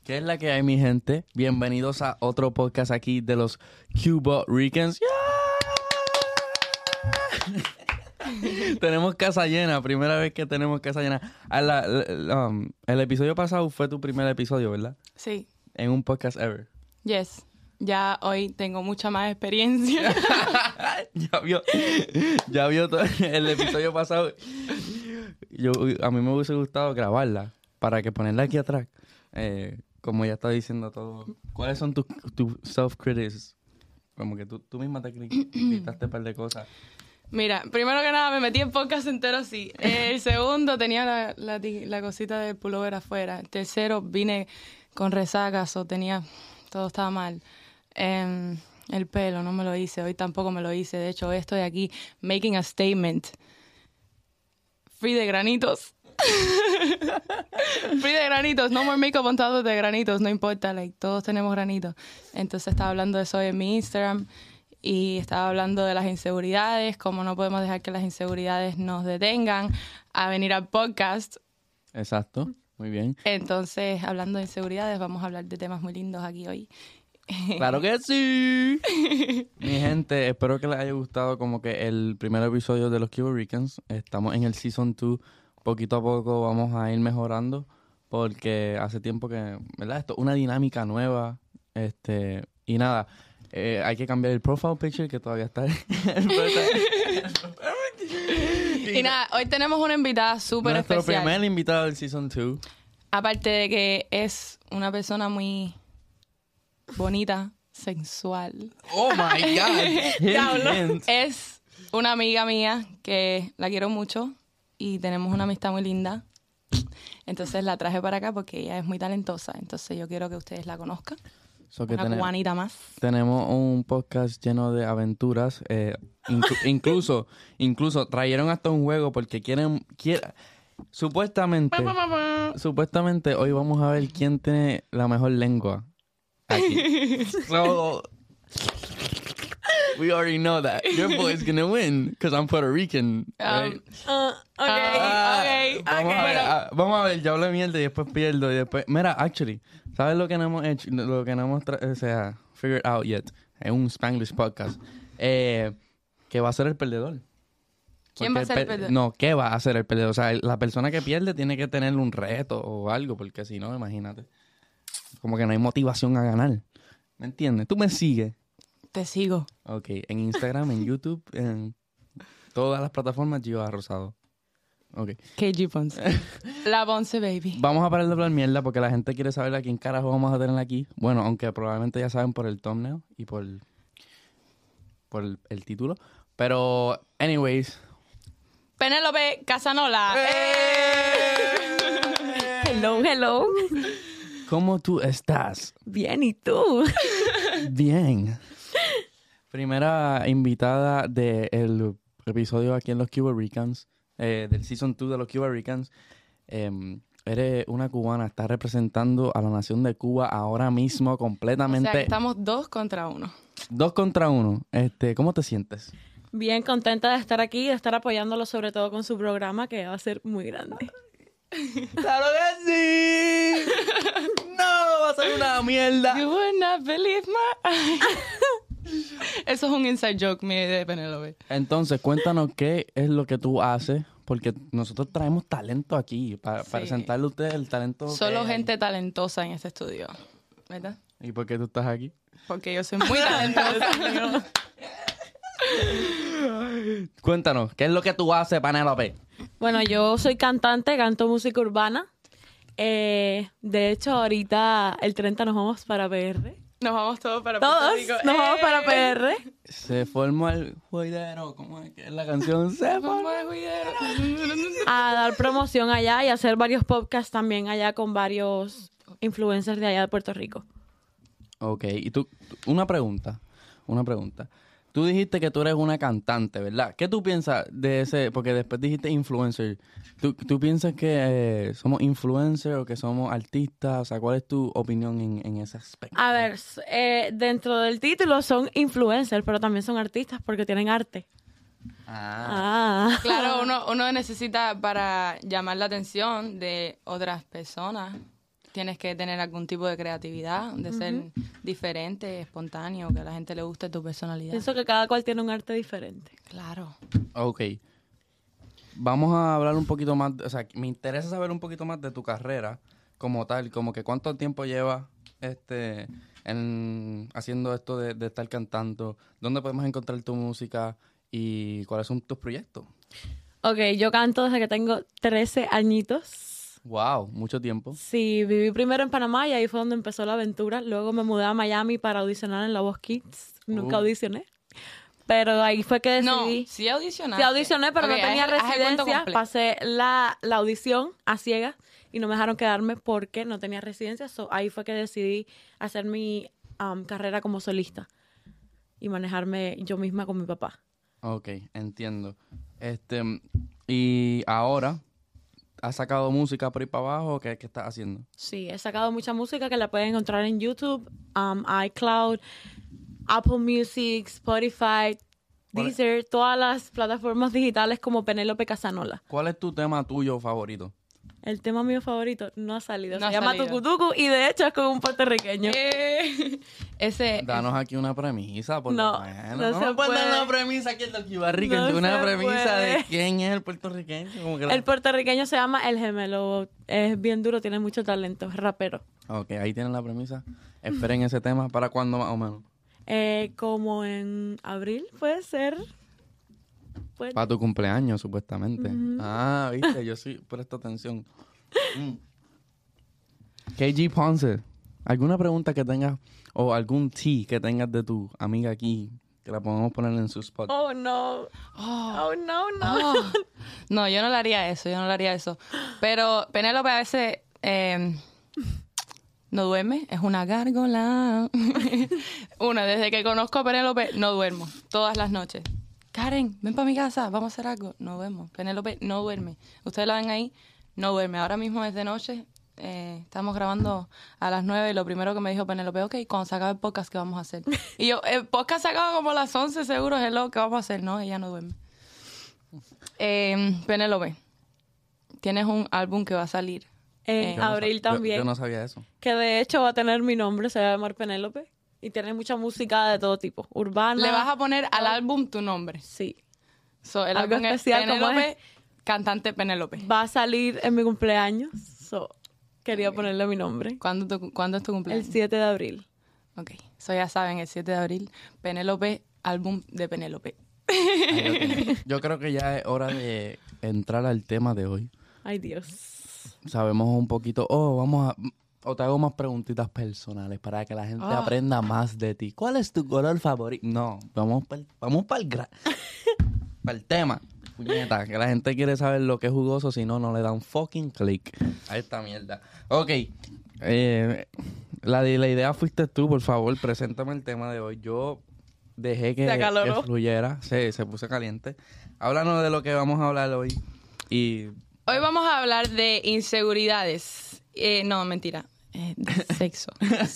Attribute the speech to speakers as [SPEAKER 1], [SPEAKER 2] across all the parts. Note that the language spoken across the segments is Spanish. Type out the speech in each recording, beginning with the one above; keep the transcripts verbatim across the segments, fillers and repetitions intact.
[SPEAKER 1] ¿Qué es la que hay, mi gente? Bienvenidos a otro podcast aquí de los Cuba Ricans. Yeah. Tenemos casa llena, primera vez que tenemos casa llena. A la, la, um, el episodio pasado fue tu primer episodio, ¿verdad?
[SPEAKER 2] Sí.
[SPEAKER 1] En un podcast ever.
[SPEAKER 2] Yes. Ya hoy tengo mucha más experiencia.
[SPEAKER 1] ya vio, ya vio todo el episodio pasado. Yo, a mí me hubiese gustado grabarla para que ponerla aquí atrás. Eh, como ya está diciendo todo. ¿Cuáles son tus tu self-critics? Como que tú, tú misma te criticaste un par de cosas.
[SPEAKER 2] Mira, primero que nada me metí en podcast entero, sí. El segundo tenía la, la, la cosita del pullover afuera. El tercero vine con resacas o tenía... Todo estaba mal. Eh, el pelo no me lo hice. Hoy tampoco me lo hice. De hecho, hoy estoy aquí making a statement. Free de granitos. Free de granitos. No more makeup on top de granitos. No importa. Like, todos tenemos granitos. Entonces estaba hablando de eso hoy en mi Instagram. Y estaba hablando de las inseguridades. Cómo no podemos dejar que las inseguridades nos detengan a venir al podcast.
[SPEAKER 1] Exacto. Muy bien.
[SPEAKER 2] Entonces, hablando de inseguridades, vamos a hablar de temas muy lindos aquí hoy.
[SPEAKER 1] ¡Claro que sí! Mi gente, espero que les haya gustado como que el primer episodio de los Cuba Ricans. Estamos en el Season dos. Poquito a poco vamos a ir mejorando porque hace tiempo que, ¿verdad? Esto es una dinámica nueva. Este, y nada, eh, hay que cambiar el profile picture que todavía está...
[SPEAKER 2] Y nada, hoy tenemos una invitada súper especial.
[SPEAKER 1] Nuestro primer invitado del Season dos.
[SPEAKER 2] Aparte de que es una persona muy bonita, sensual.
[SPEAKER 1] ¡Oh, my God!
[SPEAKER 2] Diablo. Es una amiga mía que la quiero mucho y tenemos una amistad muy linda. Entonces la traje para acá porque ella es muy talentosa. Entonces yo quiero que ustedes la conozcan.
[SPEAKER 1] So que
[SPEAKER 2] una
[SPEAKER 1] ten-
[SPEAKER 2] cubanita más.
[SPEAKER 1] Tenemos un podcast lleno de aventuras. Eh, inclu- incluso, incluso trajeron hasta un juego porque quieren, quieren supuestamente, supuestamente hoy vamos a ver quién tiene la mejor lengua aquí. So, we already know that your boy's gonna win because I'm Puerto Rican. Right?
[SPEAKER 2] Um, uh, okay,
[SPEAKER 1] Ah,
[SPEAKER 2] okay,
[SPEAKER 1] vamos,
[SPEAKER 2] okay.
[SPEAKER 1] A ver, ah, vamos a ver, yo hablé mierda y después pierdo y después... Mira, actually, ¿sabes lo que no hemos hecho? Lo que no hemos, tra- o sea, figured out yet. Es un Spanglish podcast. Eh, ¿Qué va a ser el perdedor?
[SPEAKER 2] ¿Quién va a
[SPEAKER 1] Porque
[SPEAKER 2] ser el
[SPEAKER 1] pe-
[SPEAKER 2] perdedor?
[SPEAKER 1] No, ¿qué va a hacer el perdedor? O sea, la persona que pierde tiene que tener un reto o algo, porque si no, imagínate. Como que no hay motivación a ganar. ¿Me entiendes? ¿Tú me sigues?
[SPEAKER 2] Te sigo.
[SPEAKER 1] Ok, en Instagram, en YouTube, en todas las plataformas, Gio A. Rosado. Ok.
[SPEAKER 2] K G Ponce. La Ponce Baby.
[SPEAKER 1] Vamos a parar de hablar mierda porque la gente quiere saber a quién carajo vamos a tener aquí. Bueno, aunque probablemente ya saben por el thumbnail y por, por el, el título. Pero, anyways.
[SPEAKER 2] Penélope Casanola.
[SPEAKER 3] Hello, hello.
[SPEAKER 1] ¿Cómo tú estás?
[SPEAKER 3] Bien, ¿y tú?
[SPEAKER 1] Bien. Primera invitada del episodio aquí en los Cuba Ricans, eh, del Season dos de los Cuba Ricans. Eh, eres una cubana, estás representando a la nación de Cuba ahora mismo completamente.
[SPEAKER 2] O sea, que estamos dos contra uno.
[SPEAKER 1] Dos contra uno. Este, ¿cómo te sientes?
[SPEAKER 3] Bien contenta de estar aquí y de estar apoyándolo sobre todo con su programa que va a ser muy grande.
[SPEAKER 1] ¡Claro que sí! ¡No! ¡Va a ser una mierda!
[SPEAKER 2] You would not believe my... Eso es un inside joke mío de Penélope.
[SPEAKER 1] Entonces, cuéntanos qué es lo que tú haces, porque nosotros traemos talento aquí para
[SPEAKER 2] Sí.
[SPEAKER 1] presentarle a ustedes el talento.
[SPEAKER 2] Solo
[SPEAKER 1] que hay.
[SPEAKER 2] gente talentosa en este estudio, ¿verdad?
[SPEAKER 1] ¿Y por qué tú estás aquí?
[SPEAKER 2] Porque yo soy muy talentosa.
[SPEAKER 1] Cuéntanos, ¿qué es lo que tú haces, Penélope?
[SPEAKER 3] Bueno, yo soy cantante, canto música urbana. Eh, de hecho, ahorita el treinta nos vamos para P R.
[SPEAKER 2] Nos vamos todos para Puerto
[SPEAKER 3] Todos
[SPEAKER 2] Rico.
[SPEAKER 3] nos vamos
[SPEAKER 2] ¡Eh!
[SPEAKER 3] para P R.
[SPEAKER 1] Se formó el juidero, ¿cómo es que es la canción? Se formó.
[SPEAKER 2] Vamos a cuidar.
[SPEAKER 3] A dar promoción allá y hacer varios podcasts también allá con varios influencers de allá de Puerto Rico.
[SPEAKER 1] Ok, y tú, una pregunta, una pregunta. Tú dijiste que tú eres una cantante, ¿verdad? ¿Qué tú piensas de ese? Porque después dijiste influencer. ¿Tú, tú piensas que eh, somos influencers o que somos artistas? O sea, ¿cuál es tu opinión en, en ese aspecto?
[SPEAKER 3] A ver, eh, dentro del título son influencers, pero también son artistas porque tienen arte.
[SPEAKER 1] Ah.
[SPEAKER 3] Ah.
[SPEAKER 2] Claro, uno, uno necesita para llamar la atención de otras personas. tienes que tener algún tipo de creatividad, de ser uh-huh. diferente, espontáneo, que a la gente le guste tu personalidad.
[SPEAKER 3] Pienso que cada cual tiene un arte diferente.
[SPEAKER 2] Claro.
[SPEAKER 1] Ok. Vamos a hablar un poquito más, o sea, me interesa saber un poquito más de tu carrera como tal, como que cuánto tiempo llevas este, en, haciendo esto de, de estar cantando, dónde podemos encontrar tu música y cuáles son tus proyectos.
[SPEAKER 3] Ok, yo canto desde que tengo trece añitos.
[SPEAKER 1] Wow, mucho tiempo.
[SPEAKER 3] Sí, viví primero en Panamá y ahí fue donde empezó la aventura. Luego me mudé a Miami para audicionar en La Voz Kids. Nunca uh. audicioné. Pero ahí fue que decidí...
[SPEAKER 2] No, sí audicionaste.
[SPEAKER 3] Sí audicioné, pero
[SPEAKER 2] okay,
[SPEAKER 3] no tenía
[SPEAKER 2] haz,
[SPEAKER 3] residencia.
[SPEAKER 2] haz
[SPEAKER 3] Pasé la, la audición a ciegas y no me dejaron quedarme porque no tenía residencia. So, ahí fue que decidí hacer mi um, carrera como solista y manejarme yo misma con mi papá.
[SPEAKER 1] Ok, entiendo. Este, y ahora, ¿has sacado música por ahí para abajo? ¿Qué, qué estás haciendo?
[SPEAKER 3] Sí, he sacado mucha música que la pueden encontrar en YouTube, um, iCloud, Apple Music, Spotify, Deezer, todas las plataformas digitales como Penélope Casanola.
[SPEAKER 1] ¿Cuál es tu tema tuyo favorito?
[SPEAKER 3] El tema mío favorito no ha salido.
[SPEAKER 2] No
[SPEAKER 3] Se
[SPEAKER 2] ha
[SPEAKER 3] llama
[SPEAKER 2] salido.
[SPEAKER 3] Tucu Tucu y de hecho es con un puertorriqueño.
[SPEAKER 2] Eh, ese,
[SPEAKER 1] Danos aquí una premisa, por
[SPEAKER 3] no,
[SPEAKER 1] lo menos.
[SPEAKER 3] no,
[SPEAKER 1] no
[SPEAKER 3] se
[SPEAKER 1] me puedes dar
[SPEAKER 3] puede.
[SPEAKER 1] una premisa aquí en el Kibarrican,
[SPEAKER 3] No
[SPEAKER 1] una
[SPEAKER 3] se
[SPEAKER 1] premisa
[SPEAKER 3] puede.
[SPEAKER 1] de quién es el puertorriqueño. Como que la...
[SPEAKER 3] El puertorriqueño se llama El Gemelo. Es bien duro, tiene mucho talento, es rapero.
[SPEAKER 1] Ok, ahí tienen la premisa. Esperen ese tema. ¿Para cuándo más o menos?
[SPEAKER 3] Eh, como en abril, puede ser. Puede...
[SPEAKER 1] Para tu cumpleaños, supuestamente.
[SPEAKER 3] Uh-huh.
[SPEAKER 1] Ah, viste, yo sí presto atención. Mm. K G Ponce, ¿alguna pregunta que tengas o algún tea que tengas de tu amiga aquí que la podemos poner en su spot?
[SPEAKER 3] Oh, no.
[SPEAKER 2] Oh,
[SPEAKER 3] Oh, no, no.
[SPEAKER 2] oh. No, yo no le haría eso, yo no le haría eso. Pero Penélope a veces eh, no duerme, es una gárgola. Una, desde que conozco a Penélope, no duermo, todas las noches. Karen, ven para mi casa, vamos a hacer algo. No duermo. Penélope no duerme. Ustedes la ven ahí, no duerme. Ahora mismo es de noche, eh, estamos grabando a las nueve y lo primero que me dijo Penélope, ok, cuando se acabe el podcast, ¿qué vamos a hacer? Y yo, el podcast se acaba como a las once, seguro, hello, ¿qué vamos a hacer? No, ella no duerme. Eh, Penélope, tienes un álbum que va a salir.
[SPEAKER 3] En
[SPEAKER 1] Yo no
[SPEAKER 3] abril
[SPEAKER 1] sab-
[SPEAKER 3] también.
[SPEAKER 1] Yo, yo no sabía eso.
[SPEAKER 3] Que de hecho va a tener mi nombre, se va a llamar Penélope. Y tiene mucha música de todo tipo. Urbana.
[SPEAKER 2] Le vas a poner al álbum tu nombre.
[SPEAKER 3] Sí.
[SPEAKER 2] So, el
[SPEAKER 3] Algo
[SPEAKER 2] álbum es
[SPEAKER 3] especial como
[SPEAKER 2] Penélope,
[SPEAKER 3] es.
[SPEAKER 2] cantante Penélope.
[SPEAKER 3] Va a salir en mi cumpleaños. So, quería ponerle mi nombre.
[SPEAKER 2] ¿Cuándo, tu- ¿Cuándo es tu
[SPEAKER 3] El
[SPEAKER 2] cumpleaños?
[SPEAKER 3] siete de abril.
[SPEAKER 2] Ok, so ya saben, el siete de abril, Penélope, álbum de Penélope.
[SPEAKER 1] Ahí lo tienen. Yo creo que ya es hora de entrar al tema de hoy.
[SPEAKER 3] Ay, Dios.
[SPEAKER 1] Sabemos un poquito, oh, vamos a... O te hago más preguntitas personales para que la gente
[SPEAKER 2] Ah.
[SPEAKER 1] aprenda más de ti. ¿Cuál es tu color favorito? No, vamos para el, vamos para el, gra- para el tema. Puñeta, que la gente quiere saber lo que es jugoso, si no, no le dan fucking click a esta mierda. Ok, eh, la, la idea fuiste tú, por favor, preséntame el tema de hoy. Yo dejé que,
[SPEAKER 3] Se acaloró.
[SPEAKER 1] que fluyera, se, se puso caliente. Háblanos de lo que vamos a hablar hoy. Y
[SPEAKER 2] Hoy vamos a hablar de inseguridades. Eh, no, mentira. Eh, de sexo.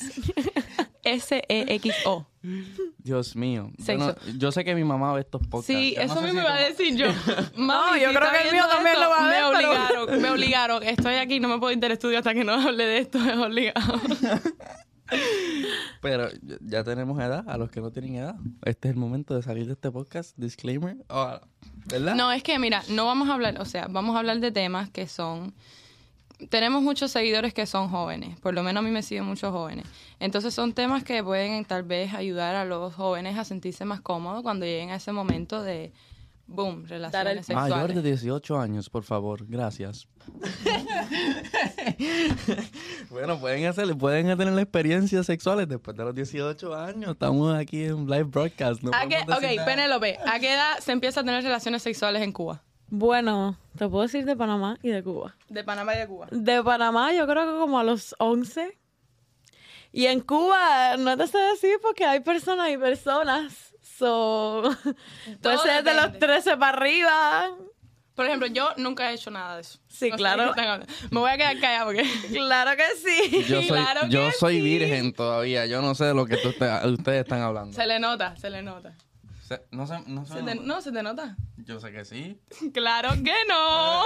[SPEAKER 2] S E X O.
[SPEAKER 1] Dios mío. Yo,
[SPEAKER 2] Sexo.
[SPEAKER 1] no- yo sé que mi mamá ve estos podcasts.
[SPEAKER 2] Sí,
[SPEAKER 1] Yo no
[SPEAKER 2] eso
[SPEAKER 1] sé
[SPEAKER 2] mismo
[SPEAKER 1] si
[SPEAKER 2] iba a
[SPEAKER 1] tu-
[SPEAKER 2] decir yo. Mami,
[SPEAKER 3] yo
[SPEAKER 2] si
[SPEAKER 3] creo
[SPEAKER 2] está
[SPEAKER 3] que el mío
[SPEAKER 2] viendo
[SPEAKER 3] también lo va a
[SPEAKER 2] Me
[SPEAKER 3] ver, pero-
[SPEAKER 2] obligaron, me obligaron. Estoy aquí, no me puedo ir del estudio hasta que no hable de esto. Es obligado.
[SPEAKER 1] Pero ya- ya tenemos edad, a los que no tienen edad. Este es el momento de salir de este podcast. Disclaimer. Oh, ¿verdad?
[SPEAKER 2] No, es que mira, no vamos a hablar, o sea, vamos a hablar de temas que son... Tenemos muchos seguidores que son jóvenes, por lo menos a mí me siguen muchos jóvenes. Entonces son temas que pueden tal vez ayudar a los jóvenes a sentirse más cómodos cuando lleguen a ese momento de, boom, relaciones
[SPEAKER 3] el-
[SPEAKER 1] Mayor
[SPEAKER 2] sexuales.
[SPEAKER 1] de dieciocho años, por favor. Gracias. Bueno, pueden hacer, pueden tener experiencias sexuales después de los dieciocho años. Estamos aquí en live broadcast. No
[SPEAKER 2] ¿A qué,
[SPEAKER 1] podemos decir
[SPEAKER 2] ok,
[SPEAKER 1] nada.
[SPEAKER 2] Penélope, ¿a qué edad se empieza a tener relaciones sexuales en Cuba?
[SPEAKER 3] Bueno, te puedo decir de Panamá y de Cuba.
[SPEAKER 2] De Panamá y de Cuba.
[SPEAKER 3] De Panamá yo creo que como a los once. Y en Cuba no te sé decir porque hay personas y personas. So, puede ser de los
[SPEAKER 2] depende.
[SPEAKER 3] trece para arriba.
[SPEAKER 2] Por ejemplo, yo nunca he hecho nada de eso.
[SPEAKER 3] Sí,
[SPEAKER 2] No sé
[SPEAKER 3] claro.
[SPEAKER 2] de qué están hablando. Me voy a quedar callada porque...
[SPEAKER 3] Claro que sí.
[SPEAKER 1] Yo soy,
[SPEAKER 2] Claro
[SPEAKER 1] yo
[SPEAKER 2] que
[SPEAKER 1] soy
[SPEAKER 2] sí.
[SPEAKER 1] virgen todavía. Yo no sé de lo que tú te- ustedes están hablando.
[SPEAKER 2] Se le nota, se le nota.
[SPEAKER 1] Se- no se, no se,
[SPEAKER 2] ¿Se te- no, ¿se te nota?
[SPEAKER 1] Yo sé que sí.
[SPEAKER 2] ¡Claro que no!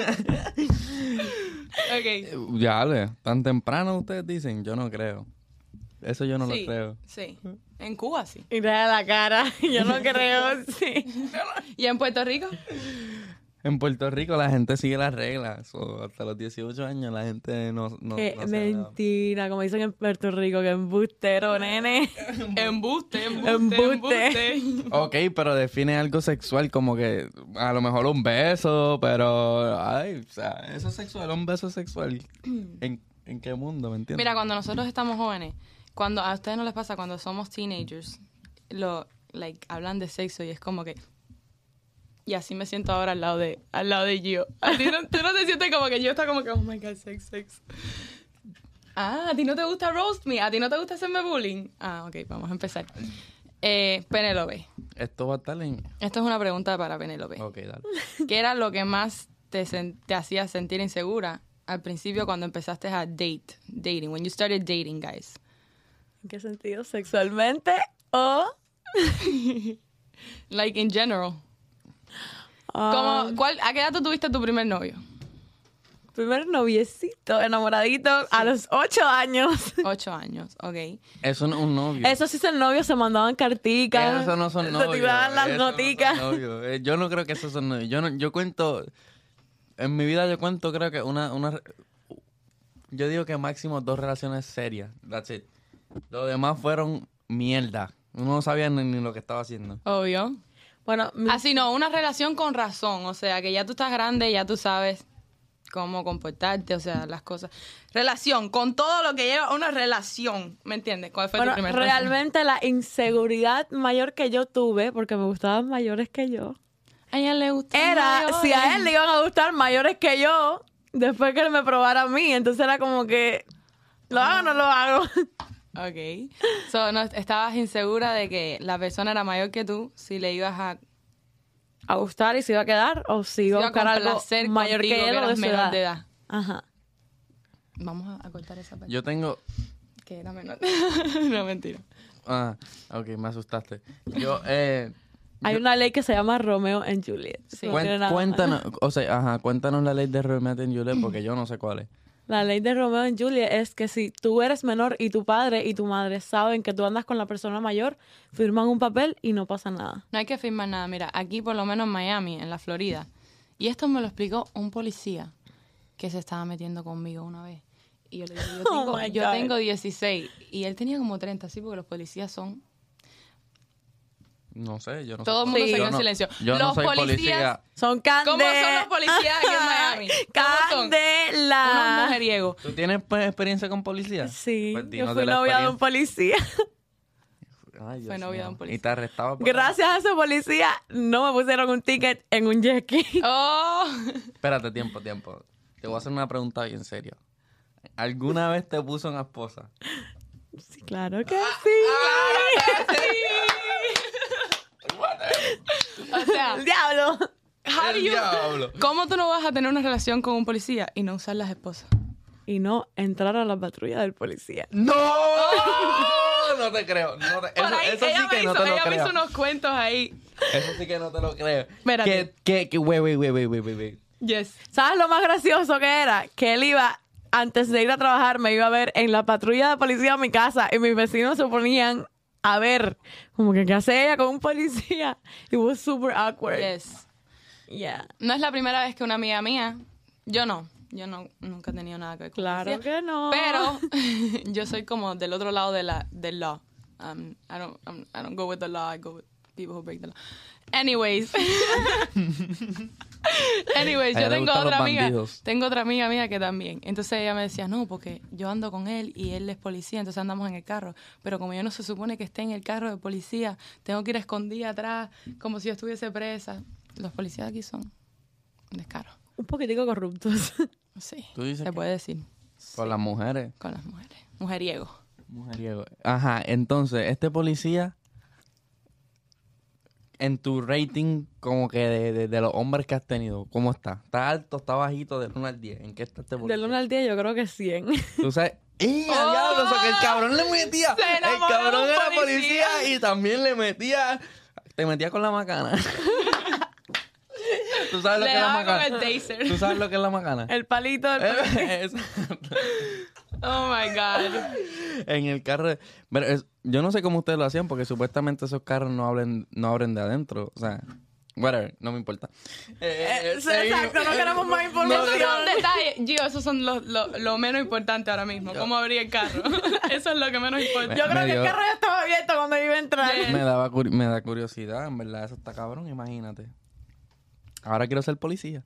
[SPEAKER 2] Ok.
[SPEAKER 1] Ya, le, tan temprano ustedes dicen, yo no creo. Eso yo no
[SPEAKER 2] Sí,
[SPEAKER 1] lo creo.
[SPEAKER 2] sí. En Cuba sí.
[SPEAKER 3] Y te da la cara. Yo no creo, sí.
[SPEAKER 2] ¿Y en Puerto Rico?
[SPEAKER 1] En Puerto Rico la gente sigue las reglas. So, hasta los dieciocho años la gente no, no,
[SPEAKER 3] Qué
[SPEAKER 1] no se
[SPEAKER 3] mentira, como dicen en Puerto Rico, que embustero, nene.
[SPEAKER 2] Embuste, embuste,
[SPEAKER 3] Embuste.
[SPEAKER 2] embuste.
[SPEAKER 1] Ok, pero define algo sexual como que a lo mejor un beso, pero... Ay, o sea, eso es sexual, un beso es sexual. ¿En, en qué mundo, me entiendes?
[SPEAKER 2] Mira, cuando nosotros estamos jóvenes, cuando a ustedes no les pasa, cuando somos teenagers, lo, like, hablan de sexo y es como que... Y así me siento ahora al lado de, al lado de Gio. A ti no, tú no te sientes como que Gio está como que, oh my God, sex, sex. Ah, a ti no te gusta roast me, a ti no te gusta hacerme bullying. Ah, ok, vamos a empezar. Eh, Penélope,
[SPEAKER 1] Esto va a estar en...
[SPEAKER 2] esto es una pregunta para Penélope.
[SPEAKER 1] Ok, dale.
[SPEAKER 2] ¿Qué era lo que más te, sen- te hacía sentir insegura al principio cuando empezaste a date, dating, when you started dating, guys?
[SPEAKER 3] ¿En qué sentido? ¿Sexualmente o...?
[SPEAKER 2] Like, in general.
[SPEAKER 3] Ah,
[SPEAKER 2] Como, ¿cuál, ¿A qué edad tú tuviste tu primer novio?
[SPEAKER 3] primer noviecito, enamoradito, a los ocho años.
[SPEAKER 2] Ocho años, ok.
[SPEAKER 1] Eso no es un novio.
[SPEAKER 3] Eso sí son novios, se mandaban carticas.
[SPEAKER 1] Eso no son novios.
[SPEAKER 3] Se tiraban las
[SPEAKER 1] eso no son
[SPEAKER 3] noticas.
[SPEAKER 1] novios. Eh, Yo no creo que esos son novios. Yo, no, yo cuento... En mi vida yo cuento creo que una... una yo digo que máximo dos relaciones serias. That's it. Lo demás fueron mierda. Uno no sabía ni, ni lo que estaba haciendo.
[SPEAKER 2] Obvio.
[SPEAKER 3] Bueno, mi-
[SPEAKER 2] Así no, una relación con razón. O sea, que ya tú estás grande, ya tú sabes cómo comportarte, o sea, las cosas. Relación, con todo lo que lleva una relación. ¿Me entiendes? ¿Cuál fue
[SPEAKER 3] bueno,
[SPEAKER 2] tu primer relación?
[SPEAKER 3] realmente la inseguridad mayor que yo tuve, porque me gustaban mayores que yo,
[SPEAKER 2] A ella le gusta.
[SPEAKER 3] era si a él le iban a gustar mayores que yo, después que él me probara a mí. Entonces era como que, ¿lo hago o no lo hago?
[SPEAKER 2] Ok. So, no, estabas insegura de que la persona era mayor que tú, si le ibas a,
[SPEAKER 3] ¿A gustar y se iba a quedar? ¿O si iba a
[SPEAKER 2] iba a
[SPEAKER 3] buscar algo
[SPEAKER 2] complacer
[SPEAKER 3] mayor
[SPEAKER 2] contigo,
[SPEAKER 3] que él o de
[SPEAKER 2] eras
[SPEAKER 3] su
[SPEAKER 2] menor
[SPEAKER 3] edad?
[SPEAKER 2] de edad.
[SPEAKER 3] Ajá.
[SPEAKER 2] Vamos a, a cortar esa parte.
[SPEAKER 1] Yo tengo...
[SPEAKER 2] Que era menor. No, mentira.
[SPEAKER 1] Ah, ok, me asustaste. Yo, eh...
[SPEAKER 3] Hay
[SPEAKER 1] yo-
[SPEAKER 3] una ley que se llama Romeo and Juliet.
[SPEAKER 2] Sí.
[SPEAKER 3] No
[SPEAKER 1] cuen-
[SPEAKER 3] tiene nada más.
[SPEAKER 1] cuéntanos, o sea, ajá, cuéntanos la ley de Romeo y Juliet porque yo no sé cuál es.
[SPEAKER 3] La ley de Romeo and Juliet es que si tú eres menor y tu padre y tu madre saben que tú andas con la persona mayor, firman un papel y no pasa nada.
[SPEAKER 2] No hay que firmar nada. Mira, aquí por lo menos en Miami, en la Florida. Y esto me lo explicó un policía que se estaba metiendo conmigo una vez. Y yo le digo, yo
[SPEAKER 3] Oh
[SPEAKER 2] tengo,
[SPEAKER 3] my
[SPEAKER 2] yo
[SPEAKER 3] God.
[SPEAKER 2] tengo dieciséis. Y él tenía como treinta, sí, porque los policías son...
[SPEAKER 1] No sé, yo no
[SPEAKER 2] Todo el
[SPEAKER 1] sé.
[SPEAKER 2] mundo
[SPEAKER 3] Sí.
[SPEAKER 2] se quedó
[SPEAKER 1] Yo
[SPEAKER 2] en
[SPEAKER 1] no-
[SPEAKER 2] silencio.
[SPEAKER 1] Yo no
[SPEAKER 2] los
[SPEAKER 1] soy
[SPEAKER 2] policías...
[SPEAKER 1] policía.
[SPEAKER 3] Son cande...
[SPEAKER 2] ¿Cómo son los policías aquí en Miami? ¿Cómo son?
[SPEAKER 3] ¡Candela!
[SPEAKER 2] Unos mujeriegos.
[SPEAKER 1] ¿Tú tienes pues, experiencia con policía?
[SPEAKER 3] Sí,
[SPEAKER 1] Pues
[SPEAKER 3] yo
[SPEAKER 1] dinos
[SPEAKER 3] fui
[SPEAKER 1] de la
[SPEAKER 3] novia de un policía.
[SPEAKER 1] Ay, Dios
[SPEAKER 2] Fue novia de
[SPEAKER 1] mío.
[SPEAKER 2] un policía.
[SPEAKER 1] Y te arrestaba por...
[SPEAKER 3] Gracias a ese policía no me pusieron un ticket en un jet ski.
[SPEAKER 2] ¡Oh!
[SPEAKER 1] Espérate, tiempo, tiempo. Te voy a hacer una pregunta bien seria. ¿Alguna vez te puso una esposa?
[SPEAKER 3] Sí, claro que sí.
[SPEAKER 2] O sea,
[SPEAKER 3] ¡El diablo!
[SPEAKER 2] how do
[SPEAKER 1] El
[SPEAKER 2] you-
[SPEAKER 1] diablo.
[SPEAKER 2] ¿cómo tú no vas a tener una relación con un policía y no usar las esposas?
[SPEAKER 3] Y no entrar a la patrulla del policía.
[SPEAKER 1] ¡No! No te creo. No te-
[SPEAKER 2] Por
[SPEAKER 1] eso
[SPEAKER 2] ahí,
[SPEAKER 1] eso
[SPEAKER 2] ella
[SPEAKER 1] sí
[SPEAKER 2] me
[SPEAKER 1] que no
[SPEAKER 2] hizo,
[SPEAKER 1] te lo
[SPEAKER 2] ella me
[SPEAKER 1] creo.
[SPEAKER 2] hizo unos cuentos ahí.
[SPEAKER 1] Eso sí que no te lo creo.
[SPEAKER 2] Espérate.
[SPEAKER 1] Que, que, que, wait, wait, wait, wait, wait, wait, wait.
[SPEAKER 2] Yes.
[SPEAKER 3] ¿Sabes lo más gracioso que era? Que él iba, antes de ir a trabajar, me iba a ver en la patrulla de policía a mi casa y mis vecinos se ponían a ver, como que, ¿qué hace ella con un policía? It was super awkward.
[SPEAKER 2] Yes.
[SPEAKER 3] Yeah.
[SPEAKER 2] No es la primera vez que una amiga mía, yo no, yo no, nunca he tenido nada que ver con
[SPEAKER 3] Claro
[SPEAKER 2] policía,
[SPEAKER 3] que no.
[SPEAKER 2] pero yo soy como del otro lado de la, del law. Um, I don't, um, I don't go with the law, I go with people who break the law. Anyways. Anyways,
[SPEAKER 1] A
[SPEAKER 2] yo
[SPEAKER 1] ella le
[SPEAKER 2] tengo
[SPEAKER 1] gustan
[SPEAKER 2] otra
[SPEAKER 1] los
[SPEAKER 2] amiga,
[SPEAKER 1] bandidos.
[SPEAKER 2] tengo otra amiga mía que también. Entonces ella me decía, no, porque yo ando con él y él es policía, entonces andamos en el carro. Pero como yo no se supone que esté en el carro de policía, tengo que ir escondida atrás, como si yo estuviese presa. Los policías aquí son descaros.
[SPEAKER 3] Un poquitico corruptos.
[SPEAKER 2] Sí,
[SPEAKER 1] ¿Tú dices
[SPEAKER 2] se
[SPEAKER 1] que-
[SPEAKER 2] puede decir.
[SPEAKER 1] Con las mujeres.
[SPEAKER 2] Con las mujeres. Mujeriego.
[SPEAKER 1] Mujeriego. Ajá, entonces, este policía, en tu rating como que de, de, de los hombres que has tenido, ¿cómo está? ¿Está alto, está bajito, del uno al diez? ¿En qué está este policía?
[SPEAKER 3] Del uno al diez yo creo que cien.
[SPEAKER 1] Tú sabes... ¡Eh, al diablo! O sea, que el cabrón le metía...
[SPEAKER 2] Se
[SPEAKER 1] El
[SPEAKER 2] enamoró de
[SPEAKER 1] cabrón
[SPEAKER 2] un
[SPEAKER 1] era
[SPEAKER 2] policía.
[SPEAKER 1] policía y también le metía... te metía con la macana. ¿Tú sabes lo
[SPEAKER 2] Le
[SPEAKER 1] que es la
[SPEAKER 2] daba con
[SPEAKER 1] macana?
[SPEAKER 2] el taser.
[SPEAKER 1] ¿Tú sabes lo que es la macana?
[SPEAKER 3] El palito del
[SPEAKER 1] Eh, es-
[SPEAKER 2] Oh my God.
[SPEAKER 1] en el carro. Pero es- yo no sé cómo ustedes lo hacían porque supuestamente esos carros no abren, no abren de adentro. O sea, whatever, no me importa. Eh,
[SPEAKER 3] Sí, exacto, no queremos más información.
[SPEAKER 2] Esos son detalles. Gio, esos son lo, lo, lo menos importante ahora mismo. ¿Cómo abrir el carro? Eso es lo que menos importa.
[SPEAKER 3] Yo creo que
[SPEAKER 1] Medio-
[SPEAKER 3] el carro ya estaba abierto cuando iba a entrar.
[SPEAKER 1] Me, daba curi- me da curiosidad, en verdad, eso está cabrón, imagínate. Ahora quiero ser policía.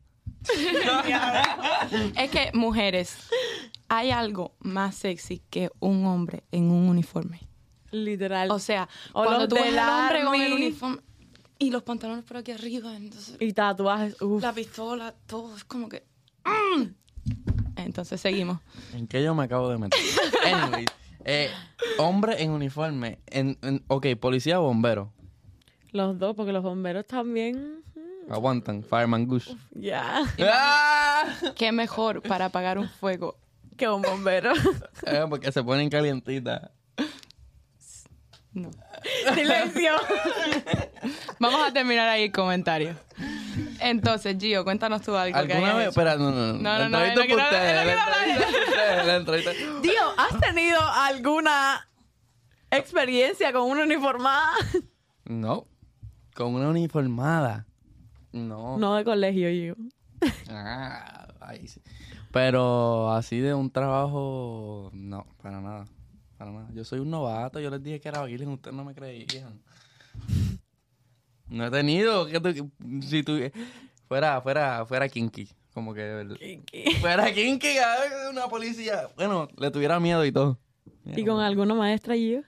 [SPEAKER 2] Es que, mujeres, hay algo más sexy que un hombre en un uniforme.
[SPEAKER 3] Literal.
[SPEAKER 2] O sea,
[SPEAKER 3] O
[SPEAKER 2] cuando
[SPEAKER 3] los
[SPEAKER 2] tú ves
[SPEAKER 3] del
[SPEAKER 2] al hombre con el
[SPEAKER 3] army.
[SPEAKER 2] uniforme y los pantalones por aquí arriba, entonces
[SPEAKER 3] Y tatuajes. Uf.
[SPEAKER 2] la pistola, todo es como que... ¡mm! Entonces seguimos.
[SPEAKER 1] ¿En qué yo me acabo de meter? Anyway, eh, hombre en uniforme. En, en- ok, policía o bombero.
[SPEAKER 3] Los dos, porque los bomberos también.
[SPEAKER 1] Aguantan. Fireman Gush.
[SPEAKER 3] Ya.
[SPEAKER 1] ¡Ah!
[SPEAKER 2] ¿Qué mejor para apagar un fuego?
[SPEAKER 3] Que un bombero.
[SPEAKER 1] Eh, porque se ponen calientitas.
[SPEAKER 2] No.
[SPEAKER 3] Silencio.
[SPEAKER 2] Vamos a terminar ahí el comentario. Entonces, Gio, cuéntanos tú algo que
[SPEAKER 1] ¿Alguna
[SPEAKER 2] hayas
[SPEAKER 1] vez?
[SPEAKER 2] hecho.
[SPEAKER 1] Espera, no, no, no.
[SPEAKER 2] No,
[SPEAKER 1] La
[SPEAKER 2] no, no,
[SPEAKER 1] entrevista
[SPEAKER 2] es lo
[SPEAKER 1] es
[SPEAKER 2] que
[SPEAKER 1] para
[SPEAKER 2] no-
[SPEAKER 1] ustedes.
[SPEAKER 2] es lo
[SPEAKER 1] La
[SPEAKER 2] que no-
[SPEAKER 1] entrevista es para ustedes. La entrevista.
[SPEAKER 3] Tío, ¿has tenido alguna experiencia con una uniformada?
[SPEAKER 1] No. Con una uniformada. No.
[SPEAKER 3] No de colegio, yo.
[SPEAKER 1] Ah, ahí sí. Pero así de un trabajo, no, para nada. Para nada. Yo soy un novato, yo les dije que era virgen, ustedes no me creían. No he tenido, que tú- si tú, fuera, fuera, fuera kinky, como que fuera kinky, a ver, una policía, bueno, le tuviera miedo y todo.
[SPEAKER 3] ¿Y con alguna maestra, yo?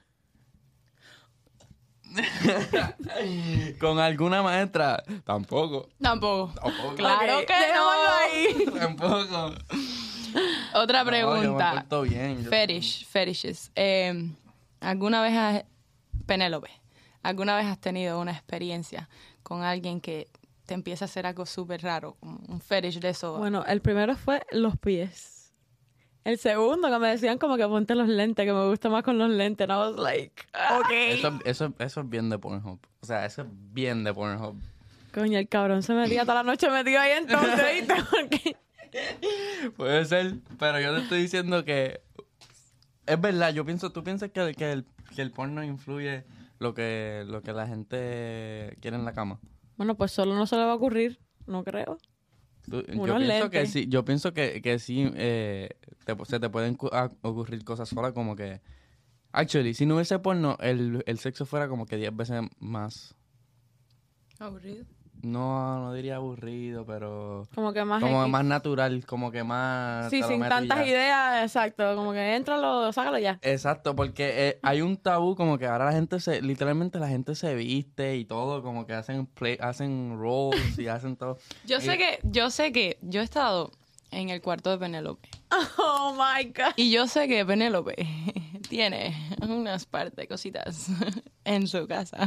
[SPEAKER 1] Con alguna maestra, tampoco.
[SPEAKER 2] Tampoco.
[SPEAKER 1] Tampoco.
[SPEAKER 2] Claro
[SPEAKER 3] Ok,
[SPEAKER 2] que
[SPEAKER 3] dejémoslo
[SPEAKER 2] no.
[SPEAKER 3] ahí.
[SPEAKER 1] Tampoco.
[SPEAKER 2] Otra
[SPEAKER 1] No, yo me
[SPEAKER 2] pregunta.
[SPEAKER 1] porto bien. yo-
[SPEAKER 2] Fetish, fetishes. Eh, ¿Alguna vez has... Penélope, ¿alguna vez has tenido una experiencia con alguien que te empieza a hacer algo súper raro? Como un fetish de eso.
[SPEAKER 3] Bueno, el primero fue los pies. El segundo, que me decían como que ponte los lentes, que me gusta más con los lentes. And I was like, ok.
[SPEAKER 1] Eso, eso, eso es bien de Pornhub. O sea, eso es bien de Pornhub.
[SPEAKER 3] Coño, el cabrón se metía toda la noche metido ahí entonces, ¿viste? Porque...
[SPEAKER 1] Puede ser, pero yo te estoy diciendo que es verdad. Yo pienso, tú piensas que, que, el, que el porno influye lo que, lo que la gente quiere en la cama.
[SPEAKER 3] Bueno, pues solo no se le va a ocurrir, no creo.
[SPEAKER 1] Tú- yo
[SPEAKER 3] Unos
[SPEAKER 1] pienso que
[SPEAKER 3] lentes.
[SPEAKER 1] sí, yo pienso que, que sí eh, te- se te pueden cu- a- ocurrir cosas solas como que actually, si no hubiese porno, el, el sexo fuera como que diez veces más.
[SPEAKER 2] Aburrido.
[SPEAKER 1] No, no diría aburrido, pero
[SPEAKER 3] Como que más...
[SPEAKER 1] como
[SPEAKER 3] X.
[SPEAKER 1] más natural, como que más
[SPEAKER 3] Sí,
[SPEAKER 1] te lo
[SPEAKER 3] sin
[SPEAKER 1] meto y
[SPEAKER 3] tantas
[SPEAKER 1] ya.
[SPEAKER 3] ideas, exacto. Como que éntralo, sácalo ya.
[SPEAKER 1] Exacto, porque eh, hay un tabú como que ahora la gente se, literalmente la gente se viste y todo, como que hacen play, hacen rolls y hacen todo.
[SPEAKER 2] Yo sé
[SPEAKER 1] Eh,
[SPEAKER 2] que, yo sé que yo he estado en el cuarto de Penélope.
[SPEAKER 3] Oh, my God.
[SPEAKER 2] Y yo sé que Penélope tiene unas partes, cositas en su casa.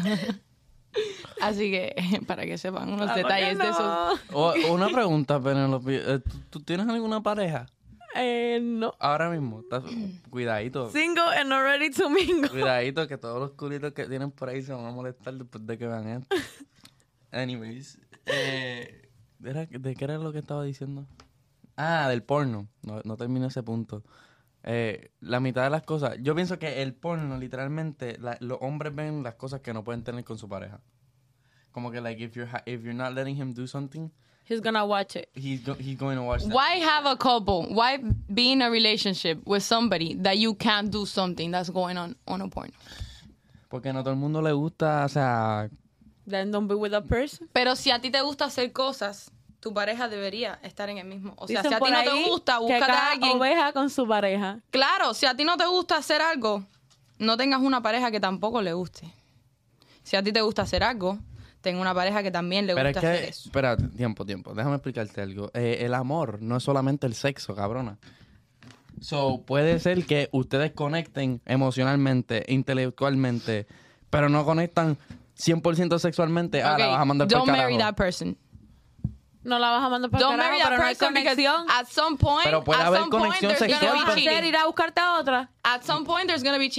[SPEAKER 2] Así que, para que sepan unos
[SPEAKER 3] ¿Por qué
[SPEAKER 2] detalles de esos.
[SPEAKER 3] no?
[SPEAKER 1] O- una pregunta, Penelope, eh, ¿tú, tú tienes alguna pareja
[SPEAKER 3] Eh, no.
[SPEAKER 1] ahora mismo? ¿Estás- cuidadito,
[SPEAKER 3] Single and not ready to mingle.
[SPEAKER 1] cuidadito que todos los culitos que tienen por ahí se van a molestar después de que vean esto. Anyways, eh, ¿era- ¿de qué era lo que estaba diciendo? Ah, del porno. No, no termino ese punto. Eh, la mitad de las cosas. Yo pienso que el porno, literalmente, la- los hombres ven las cosas que no pueden tener con su pareja. Como que, like, if you're, ha- if you're not letting him do something,
[SPEAKER 3] He's gonna watch it.
[SPEAKER 1] he's, go- he's going to watch that.
[SPEAKER 2] Why have a couple? Why be in a relationship with somebody that you can't do something that's going on on a porno?
[SPEAKER 1] Porque no todo el mundo le gusta, o sea...
[SPEAKER 3] Then don't be with that person.
[SPEAKER 2] Pero si a ti te gusta hacer cosas, tu pareja debería estar en el mismo. O sea,
[SPEAKER 3] Dicen
[SPEAKER 2] si a ti
[SPEAKER 3] por
[SPEAKER 2] no
[SPEAKER 3] ahí
[SPEAKER 2] te gusta,
[SPEAKER 3] que
[SPEAKER 2] búscate
[SPEAKER 3] cada
[SPEAKER 2] a alguien.
[SPEAKER 3] oveja con su pareja.
[SPEAKER 2] Claro, si a ti no te gusta hacer algo, no tengas una pareja que tampoco le guste. Si a ti te gusta hacer algo, ten una pareja que también le
[SPEAKER 1] Pero
[SPEAKER 2] gusta
[SPEAKER 1] es que,
[SPEAKER 2] hacer eso.
[SPEAKER 1] espera, tiempo, tiempo. Déjame explicarte algo. Eh, el amor no es solamente el sexo, cabrona. So, puede ser que ustedes conecten emocionalmente, intelectualmente, pero no conectan cien por ciento sexualmente. Ah, la
[SPEAKER 2] Ok,
[SPEAKER 1] vas a mandar
[SPEAKER 2] don't
[SPEAKER 1] por
[SPEAKER 2] marry
[SPEAKER 1] carajo.
[SPEAKER 2] that person.
[SPEAKER 3] No la vas a mandar para
[SPEAKER 2] Don't
[SPEAKER 3] carajo,
[SPEAKER 2] marry that
[SPEAKER 3] pero no hay
[SPEAKER 2] person because
[SPEAKER 3] conexión.
[SPEAKER 2] at some point,
[SPEAKER 1] Pero puede
[SPEAKER 2] at
[SPEAKER 1] haber
[SPEAKER 2] some point
[SPEAKER 1] conexión
[SPEAKER 2] there's
[SPEAKER 3] ¿Y qué
[SPEAKER 1] sexual,
[SPEAKER 2] gonna
[SPEAKER 3] vas a
[SPEAKER 2] be
[SPEAKER 1] pero-
[SPEAKER 3] hacer?
[SPEAKER 2] cheating.
[SPEAKER 3] ¿Ir a buscarte a otra?
[SPEAKER 2] At some point there's gonna be cheating.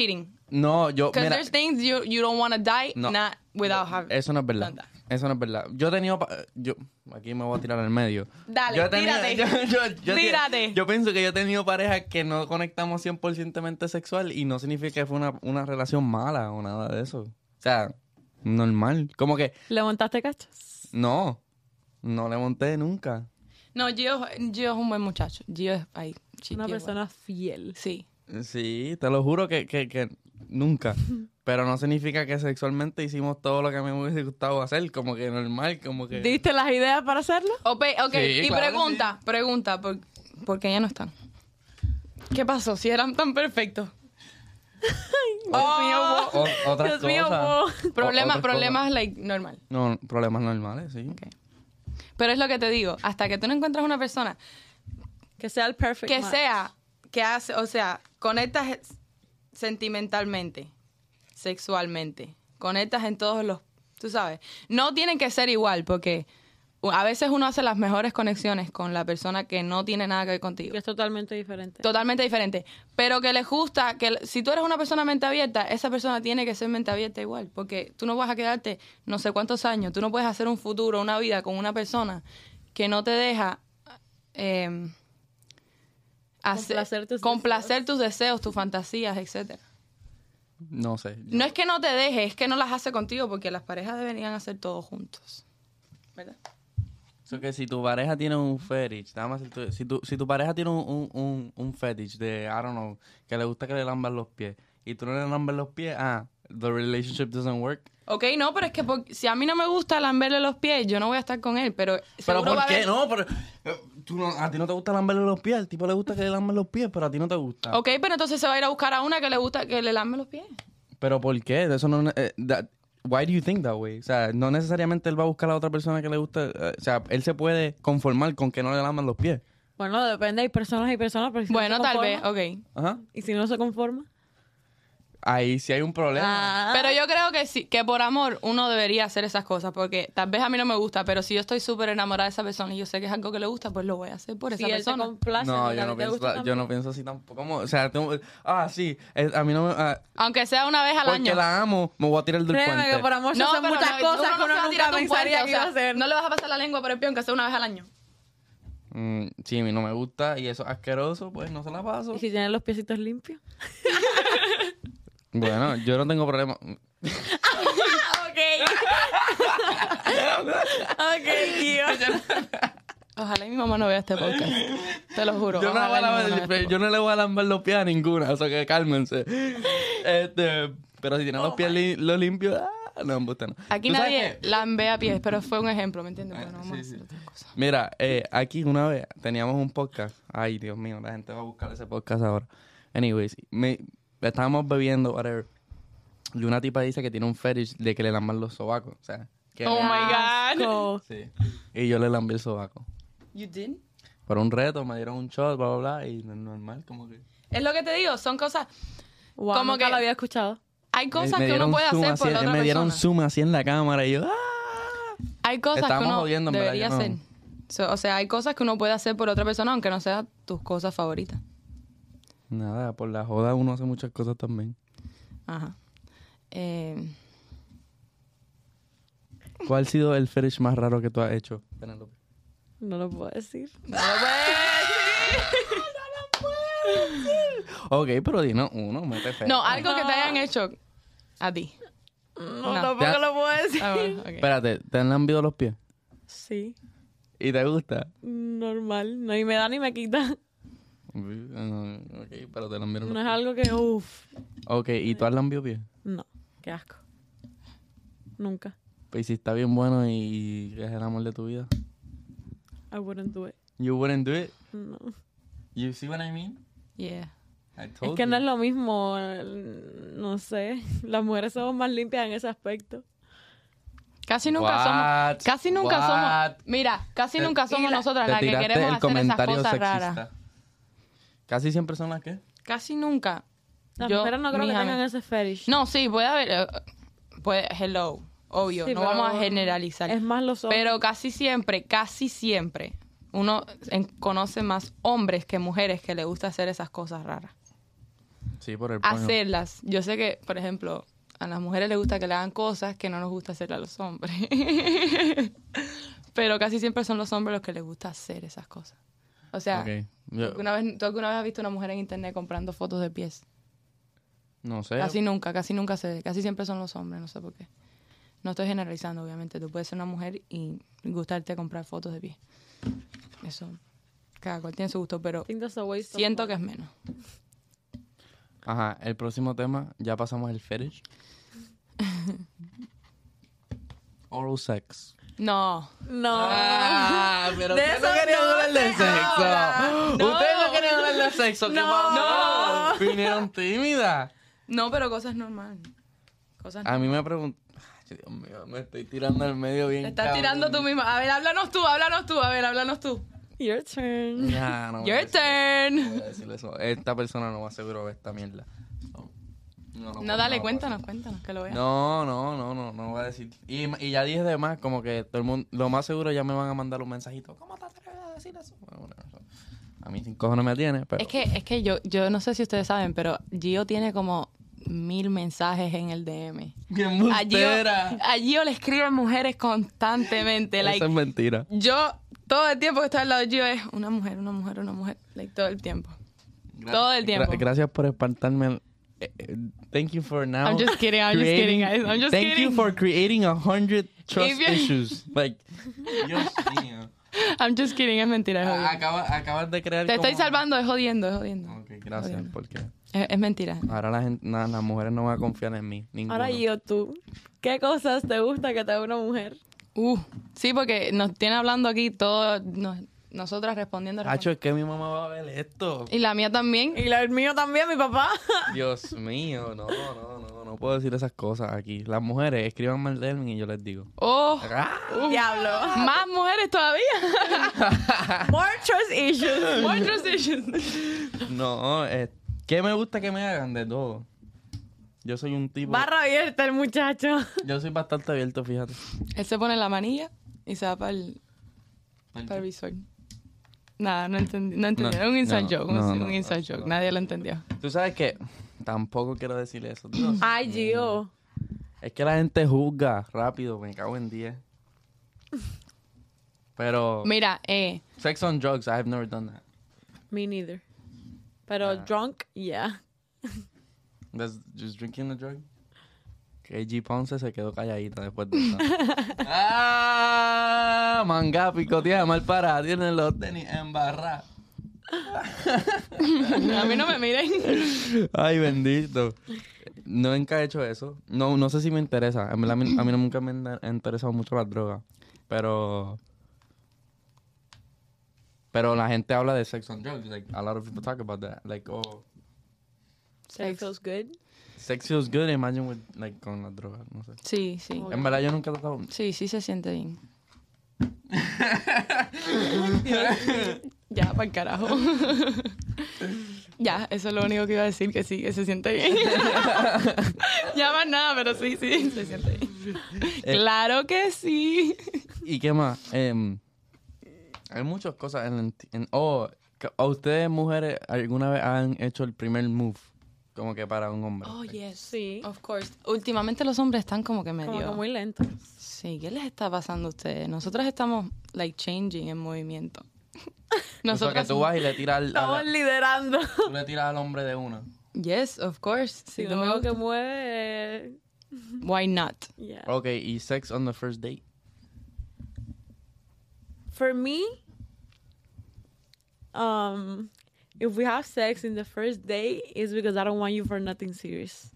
[SPEAKER 1] No, yo,
[SPEAKER 2] Because
[SPEAKER 1] mira,
[SPEAKER 2] there's things you, you don't want to die,
[SPEAKER 1] No.
[SPEAKER 2] not without having
[SPEAKER 1] eso no es verdad.
[SPEAKER 2] done that.
[SPEAKER 1] Eso no es verdad. Yo he tenido... pa- Yo, aquí me voy a tirar al medio.
[SPEAKER 2] Dale,
[SPEAKER 1] yo he tenido-
[SPEAKER 2] tírate.
[SPEAKER 1] Yo, yo- yo-
[SPEAKER 2] Tírate.
[SPEAKER 1] Yo pienso que yo he tenido parejas que no conectamos cien por ciento sexual y no significa que fue una, una relación mala o nada de eso. O sea, normal. Como que,
[SPEAKER 3] ¿Le montaste cachos?
[SPEAKER 1] no. No le monté nunca.
[SPEAKER 2] No, Gio, Gio es un buen muchacho. Gio es ahí. sí,
[SPEAKER 3] Una
[SPEAKER 2] Gio es
[SPEAKER 3] persona fiel.
[SPEAKER 2] bueno. Sí.
[SPEAKER 1] Sí, te lo juro que, que, que nunca. Pero no significa que sexualmente hicimos todo lo que a mí me hubiese gustado hacer. Como que normal, como que...
[SPEAKER 3] ¿Diste las ideas para hacerlo?
[SPEAKER 2] Ok, ok.
[SPEAKER 1] Sí,
[SPEAKER 2] y
[SPEAKER 1] claro,
[SPEAKER 2] pregunta, pregunta, ¿por, ¿por qué ya no están? ¿Qué pasó? Si eran tan perfectos.
[SPEAKER 3] Dios mío,
[SPEAKER 1] O- otras
[SPEAKER 3] Dios mío,
[SPEAKER 1] cosas.
[SPEAKER 3] bo.
[SPEAKER 2] Problema,
[SPEAKER 1] otras
[SPEAKER 2] problemas, like, normal.
[SPEAKER 1] No, problemas normales, sí.
[SPEAKER 2] Ok. Pero es lo que te digo, hasta que tú no encuentras una persona
[SPEAKER 3] Que sea el perfect
[SPEAKER 2] que
[SPEAKER 3] match.
[SPEAKER 2] sea, que hace, o sea, conectas sentimentalmente, sexualmente, conectas en todos los, tú sabes, no tienen que ser igual, porque a veces uno hace las mejores conexiones con la persona que no tiene nada que ver contigo.
[SPEAKER 3] Que es totalmente diferente.
[SPEAKER 2] Totalmente diferente. Pero que les gusta, que si tú eres una persona mente abierta, esa persona tiene que ser mente abierta igual. Porque tú no vas a quedarte no sé cuántos años, tú no puedes hacer un futuro, una vida con una persona que no te deja eh, hacer-
[SPEAKER 3] Complacer tus
[SPEAKER 2] complacer tus deseos, tus fantasías, etcétera.
[SPEAKER 1] No sé. yo-
[SPEAKER 2] No es que no te deje, es que no las hace contigo, porque las parejas deberían hacer todo juntos. ¿Verdad?
[SPEAKER 1] So que si tu pareja tiene un fetish, déjame hacer tu- si, tu, si tu pareja tiene un, un, un, un fetish de, I don't know, que le gusta que le lamban los pies, y tú no le lambas los pies, ah, the relationship doesn't work.
[SPEAKER 2] Ok, no, pero es que por- si a mí no me gusta lamberle los pies, yo no voy a estar con él, pero
[SPEAKER 1] ¿Pero
[SPEAKER 2] seguro
[SPEAKER 1] por
[SPEAKER 2] va a
[SPEAKER 1] qué?
[SPEAKER 2] haber-
[SPEAKER 1] No, pero eh, tú no, a ti no te gusta lamberle los pies, al tipo le gusta que le lamben los pies, pero a ti no te gusta.
[SPEAKER 2] Ok, pero entonces se va a ir a buscar a una que le gusta que le lambe los pies.
[SPEAKER 1] ¿Pero por qué? Eso no... eh, that- why do you think that way? O sea, no necesariamente él va a buscar a la otra persona que le gusta... eh, o sea, él se puede conformar con que no le lamban los pies.
[SPEAKER 3] Bueno, depende, hay personas y personas, pero si no
[SPEAKER 2] Bueno,
[SPEAKER 3] se
[SPEAKER 2] tal vez,
[SPEAKER 3] conforma-
[SPEAKER 2] ok.
[SPEAKER 1] Ajá.
[SPEAKER 3] ¿Y si no se conforma?
[SPEAKER 1] Ahí sí hay un problema.
[SPEAKER 3] Ah.
[SPEAKER 2] Pero yo creo que sí, que por amor uno debería hacer esas cosas, porque tal vez a mí no me gusta, pero si yo estoy súper enamorada de esa persona y yo sé que es algo que le gusta, pues lo voy a hacer por esa
[SPEAKER 3] Si él te
[SPEAKER 2] persona.
[SPEAKER 3] complace.
[SPEAKER 1] No,
[SPEAKER 3] y
[SPEAKER 1] yo
[SPEAKER 3] a
[SPEAKER 1] no,
[SPEAKER 3] ti te
[SPEAKER 1] pienso,
[SPEAKER 3] gusta
[SPEAKER 1] yo
[SPEAKER 3] también.
[SPEAKER 1] no pienso así tampoco. ¿Cómo? O sea, tengo- ah, sí, eh, a mí no me... ah,
[SPEAKER 2] Aunque sea una vez al
[SPEAKER 1] porque
[SPEAKER 2] año.
[SPEAKER 1] la amo, me voy a tirar del
[SPEAKER 3] Créeme
[SPEAKER 1] puente.
[SPEAKER 3] que por amor se
[SPEAKER 2] No,
[SPEAKER 3] hacen
[SPEAKER 2] pero
[SPEAKER 3] muchas
[SPEAKER 2] no,
[SPEAKER 3] cosas
[SPEAKER 2] uno
[SPEAKER 3] que
[SPEAKER 2] no se
[SPEAKER 3] uno
[SPEAKER 2] va a tirar
[SPEAKER 3] nunca
[SPEAKER 2] de un
[SPEAKER 3] pensaría
[SPEAKER 2] puente,
[SPEAKER 3] que
[SPEAKER 2] o
[SPEAKER 3] iba
[SPEAKER 2] sea,
[SPEAKER 3] a hacer.
[SPEAKER 2] No le vas a pasar la lengua por el pie, aunque sea una vez al año.
[SPEAKER 1] Mm, sí, a mí no me gusta y eso es asqueroso, pues no se la paso.
[SPEAKER 3] ¿Y si tienen los piecitos limpios?
[SPEAKER 1] Bueno, yo no tengo problema.
[SPEAKER 3] Ok. Ok, tío.
[SPEAKER 2] Ojalá y mi mamá no vea este podcast. Te lo juro.
[SPEAKER 1] Yo no, le voy
[SPEAKER 2] ojalá
[SPEAKER 1] a
[SPEAKER 2] y mi mamá no vea
[SPEAKER 1] lamber-
[SPEAKER 2] este
[SPEAKER 1] yo no le voy a lamber los pies a ninguna, o sea que cálmense. Este, pero si tienen los pies li- los limpios, ah, no, me gusta no.
[SPEAKER 2] Aquí
[SPEAKER 1] ¿Tú sabes
[SPEAKER 2] nadie
[SPEAKER 1] qué?
[SPEAKER 2] lambea a pies, pero fue un ejemplo, ¿me entiendes? Bueno, vamos
[SPEAKER 1] sí,
[SPEAKER 2] a hacer
[SPEAKER 1] sí.
[SPEAKER 2] otra cosa.
[SPEAKER 1] Mira, eh, aquí una vez teníamos un podcast. Ay, Dios mío, la gente va a buscar ese podcast ahora. Anyways, me, estábamos bebiendo, whatever. Y una tipa dice que tiene un fetish de que le lamban los sobacos. O sea, que...
[SPEAKER 2] Oh my God.
[SPEAKER 3] Asco.
[SPEAKER 1] Sí. Y yo le lambí el sobaco.
[SPEAKER 2] You did?
[SPEAKER 1] Por un reto, me dieron un shot, bla, bla, bla. Y no- normal, como que...
[SPEAKER 2] Es lo que te digo, son cosas.
[SPEAKER 3] Wow,
[SPEAKER 2] Como
[SPEAKER 3] nunca
[SPEAKER 2] que-
[SPEAKER 3] lo había escuchado.
[SPEAKER 2] Hay cosas
[SPEAKER 1] me, me
[SPEAKER 2] que uno
[SPEAKER 1] dieron
[SPEAKER 2] puede
[SPEAKER 1] zoom
[SPEAKER 2] hacer
[SPEAKER 1] así,
[SPEAKER 2] por la otra
[SPEAKER 1] me dieron
[SPEAKER 2] persona.
[SPEAKER 1] zoom así en la cámara y yo... ¡Ah!
[SPEAKER 2] Hay cosas
[SPEAKER 1] Estábamos
[SPEAKER 2] que uno
[SPEAKER 1] jodiendo, en verdad,
[SPEAKER 2] debería
[SPEAKER 1] yo no-
[SPEAKER 2] hacer. So, o sea, hay cosas que uno puede hacer por otra persona, aunque no sean tus cosas favoritas.
[SPEAKER 1] Nada, por la joda uno hace muchas cosas también.
[SPEAKER 2] Ajá. Eh,
[SPEAKER 1] ¿Cuál ha sido el fetish más raro que tú has hecho, Penélope?
[SPEAKER 3] No lo puedo decir.
[SPEAKER 2] no lo puedes.
[SPEAKER 1] Ok, pero dinos uno, mete fe.
[SPEAKER 2] No, algo que te hayan hecho a ti.
[SPEAKER 3] No,
[SPEAKER 2] No.
[SPEAKER 3] tampoco
[SPEAKER 1] Ya-
[SPEAKER 3] lo puedo decir.
[SPEAKER 2] Ah, bueno, ok.
[SPEAKER 1] Espérate, ¿te han lambido los pies?
[SPEAKER 3] Sí,
[SPEAKER 1] ¿Y te gusta?
[SPEAKER 3] normal. No, ni me da ni me quita.
[SPEAKER 1] Uh, ok, pero te lambieron
[SPEAKER 3] No
[SPEAKER 1] los
[SPEAKER 3] es
[SPEAKER 1] pies.
[SPEAKER 3] algo que, uff.
[SPEAKER 1] Ok, ¿y tú has lambido pies?
[SPEAKER 3] No, qué asco. Nunca.
[SPEAKER 1] Pues si está bien bueno y es el amor de tu vida.
[SPEAKER 3] I wouldn't do it.
[SPEAKER 1] You wouldn't do it?
[SPEAKER 3] No.
[SPEAKER 1] You see what I mean?
[SPEAKER 2] Yeah.
[SPEAKER 1] I
[SPEAKER 3] Es
[SPEAKER 1] told
[SPEAKER 3] que
[SPEAKER 1] you.
[SPEAKER 3] no es lo mismo. el- No sé. Las mujeres somos más limpias en ese aspecto.
[SPEAKER 2] Casi nunca
[SPEAKER 1] What?
[SPEAKER 2] somos. Casi nunca
[SPEAKER 1] What?
[SPEAKER 2] somos. Mira, casi
[SPEAKER 1] Te-
[SPEAKER 2] nunca somos
[SPEAKER 3] la-
[SPEAKER 2] nosotras
[SPEAKER 1] Te
[SPEAKER 2] las que
[SPEAKER 1] tiraste
[SPEAKER 2] queremos
[SPEAKER 1] el
[SPEAKER 2] hacer esas
[SPEAKER 1] comentario
[SPEAKER 2] cosas
[SPEAKER 1] sexista.
[SPEAKER 2] raras.
[SPEAKER 1] Casi siempre son las que.
[SPEAKER 2] Casi nunca.
[SPEAKER 3] Las
[SPEAKER 2] Yo,
[SPEAKER 3] mujeres no creo que
[SPEAKER 2] mis
[SPEAKER 3] tengan
[SPEAKER 2] ami-
[SPEAKER 3] ese fetish.
[SPEAKER 2] No, sí, puede haber. eh, puede, hello. Obvio,
[SPEAKER 3] Sí,
[SPEAKER 2] no
[SPEAKER 3] pero
[SPEAKER 2] vamos a generalizar.
[SPEAKER 3] Es más los hombres.
[SPEAKER 2] Pero casi siempre, casi siempre, uno en- conoce más hombres que mujeres que le gusta hacer esas cosas raras.
[SPEAKER 1] Sí, por el porno.
[SPEAKER 2] hacerlas. Yo sé que, por ejemplo, a las mujeres les gusta que le hagan cosas que no nos gusta hacerle a los hombres. Pero casi siempre son los hombres los que les gusta hacer esas cosas. O sea,
[SPEAKER 1] Ok.
[SPEAKER 2] ¿tú,
[SPEAKER 1] Yo-
[SPEAKER 2] alguna vez, ¿tú alguna vez has visto una mujer en internet comprando fotos de pies?
[SPEAKER 1] no sé.
[SPEAKER 2] Casi nunca, casi nunca se ve. Casi siempre son los hombres, no sé por qué. No estoy generalizando, obviamente. Tú puedes ser una mujer y gustarte comprar fotos de pies. Eso, cada cual tiene su gusto, pero
[SPEAKER 3] I think that's a waste of
[SPEAKER 2] siento
[SPEAKER 3] money.
[SPEAKER 2] que es menos.
[SPEAKER 1] Ajá, el próximo tema, ya pasamos el fetish. Oral sex.
[SPEAKER 2] No.
[SPEAKER 3] No.
[SPEAKER 1] Ah, pero
[SPEAKER 3] De
[SPEAKER 1] ustedes
[SPEAKER 3] eso
[SPEAKER 1] no querían
[SPEAKER 3] no
[SPEAKER 1] hablar de
[SPEAKER 3] se
[SPEAKER 1] sexo.
[SPEAKER 3] habla.
[SPEAKER 1] Ustedes no querían hablar de sexo. ¿Qué
[SPEAKER 3] No.
[SPEAKER 1] pasó? Vinieron tímidas.
[SPEAKER 2] No, pero cosas normales. Cosas
[SPEAKER 1] A mí me preguntan. Dios mío, me estoy tirando al medio bien.
[SPEAKER 2] Te estás
[SPEAKER 1] cabrón.
[SPEAKER 2] tirando tú misma. A ver, háblanos tú, háblanos tú. A ver, háblanos tú.
[SPEAKER 3] Your turn.
[SPEAKER 1] Ya, no voy a
[SPEAKER 2] Your
[SPEAKER 1] decir eso, no
[SPEAKER 2] turn.
[SPEAKER 1] voy a decir eso. Esta persona no va seguro a ver esta mierda. So, no, no,
[SPEAKER 2] No, dale,
[SPEAKER 1] no,
[SPEAKER 2] cuéntanos, cuéntanos, que lo veas.
[SPEAKER 1] No, no, no, no, no voy a decir. Y, y ya dije de más, como que todo el mundo, lo más seguro ya me van a mandar un mensajito. ¿Cómo te atreves a decir eso? Bueno, bueno, eso. A mí sin cojones me tiene, pero...
[SPEAKER 2] Es que, es que yo, yo no sé si ustedes saben, pero Gio tiene como mil mensajes en el D M.
[SPEAKER 1] ¡Qué
[SPEAKER 2] A Gio,
[SPEAKER 1] embustera!
[SPEAKER 2] a Gio le escriben mujeres constantemente. Like,
[SPEAKER 1] Eso es mentira.
[SPEAKER 2] yo, todo el tiempo que estoy al lado de Gio es una mujer, una mujer, una mujer. Like, todo el tiempo. Todo el tiempo.
[SPEAKER 1] Gra- gracias por espantarme. Eh, eh, Thank you for now.
[SPEAKER 2] I'm just kidding, I'm just
[SPEAKER 1] creating-
[SPEAKER 2] kidding, guys. I'm just
[SPEAKER 1] Thank
[SPEAKER 2] kidding.
[SPEAKER 1] you for creating a hundred trust
[SPEAKER 2] If you-
[SPEAKER 1] issues. Like, Dios mío.
[SPEAKER 2] I'm just kidding, es mentira, es jodiendo.
[SPEAKER 1] Acaba- acabas de crear
[SPEAKER 2] Te
[SPEAKER 1] como-
[SPEAKER 2] estoy salvando, es jodiendo, es jodiendo.
[SPEAKER 1] Ok, gracias,
[SPEAKER 2] Jodiendo.
[SPEAKER 1] porque
[SPEAKER 2] Es, es mentira.
[SPEAKER 1] ahora la gente, na- las mujeres no van a confiar en mí. Ninguno.
[SPEAKER 3] Ahora yo, tú. ¿Qué cosas te gusta que te haga una mujer?
[SPEAKER 2] Uh, sí, porque nos tiene hablando aquí todo, nos- nosotras respondiendo.
[SPEAKER 1] Hacho,
[SPEAKER 2] respondiendo.
[SPEAKER 1] es que mi mamá va a ver esto.
[SPEAKER 2] Y la mía también.
[SPEAKER 3] Y la- el mío también, mi papá.
[SPEAKER 1] Dios mío, no, no, no, no puedo decir esas cosas aquí. Las mujeres escriban mal de él y yo les digo.
[SPEAKER 2] Oh,
[SPEAKER 1] ¡Ah!
[SPEAKER 3] Diablo.
[SPEAKER 2] más mujeres todavía.
[SPEAKER 3] More trust issues.
[SPEAKER 2] More transitions.
[SPEAKER 1] No, eh, ¿qué me gusta que me hagan de todo? Yo soy un tipo...
[SPEAKER 3] Barra abierta el muchacho.
[SPEAKER 1] Yo soy bastante abierto, fíjate.
[SPEAKER 2] Él se pone la manilla y se va para el, para el visor. Nada, no entendí. No entendí.
[SPEAKER 1] No,
[SPEAKER 2] Era un inside
[SPEAKER 1] no,
[SPEAKER 2] joke.
[SPEAKER 1] no,
[SPEAKER 2] un
[SPEAKER 1] no,
[SPEAKER 2] inside
[SPEAKER 1] no,
[SPEAKER 2] joke.
[SPEAKER 1] no.
[SPEAKER 2] Nadie lo entendió.
[SPEAKER 1] Tú sabes que tampoco quiero decirle eso. Dios.
[SPEAKER 3] Ay, Gio.
[SPEAKER 1] Es que la gente juzga rápido, me cago en diez. Pero...
[SPEAKER 2] Mira, eh,
[SPEAKER 1] Sex on drugs, I've never done that.
[SPEAKER 3] Me neither. Pero
[SPEAKER 1] Ah.
[SPEAKER 3] drunk, yeah.
[SPEAKER 1] That's just drinking the drug. Que G. Ponce se quedó calladita después de eso. ¡Ah! Manga picotea mal para, tiene los tenis embarrados.
[SPEAKER 2] a mí no me miren.
[SPEAKER 1] Ay, bendito. Nunca he hecho eso. No, no sé si me interesa. A mí, a mí, a mí nunca me han han interesado mucho las drogas. Pero... Pero la gente habla de sex on drugs. Like, a lot of people talk about that. Like, oh,
[SPEAKER 3] Sex feels good.
[SPEAKER 1] sex feels good. Imagine with, like, con las drogas. No sé.
[SPEAKER 2] Sí, sí.
[SPEAKER 1] En verdad yo nunca he tratado...
[SPEAKER 2] Sí, sí se siente bien. Ya, para el carajo. Ya, eso es lo único que iba a decir, que sí, que se siente bien. Ya más nada, pero sí, sí, se siente bien.
[SPEAKER 1] Eh.
[SPEAKER 2] Claro que sí.
[SPEAKER 1] ¿Y qué más? Em, hay muchas cosas en... en oh, que- ¿a ustedes, mujeres, alguna vez han hecho el primer move? Como que para un hombre.
[SPEAKER 2] Oh, yes.
[SPEAKER 3] Sí.
[SPEAKER 2] Of course. Últimamente los hombres están como que medio...
[SPEAKER 3] Como que muy lento.
[SPEAKER 2] Sí, ¿qué les está pasando a ustedes? Nosotras estamos, like, changing en movimiento.
[SPEAKER 1] O sea, que
[SPEAKER 2] Nosotras...
[SPEAKER 1] tú vas y le tiras al,
[SPEAKER 3] Estamos
[SPEAKER 1] al-
[SPEAKER 3] liderando.
[SPEAKER 1] tú le tiras al hombre de una.
[SPEAKER 2] Yes, of course.
[SPEAKER 3] Si
[SPEAKER 2] Si
[SPEAKER 3] no
[SPEAKER 2] tú me
[SPEAKER 3] veo que
[SPEAKER 2] gusta,
[SPEAKER 3] mueve.
[SPEAKER 2] why not?
[SPEAKER 3] Yeah.
[SPEAKER 1] Ok, ¿y sex on the first date?
[SPEAKER 3] For me, um, if we have sex in the first day, it's because I don't want you for nothing serious.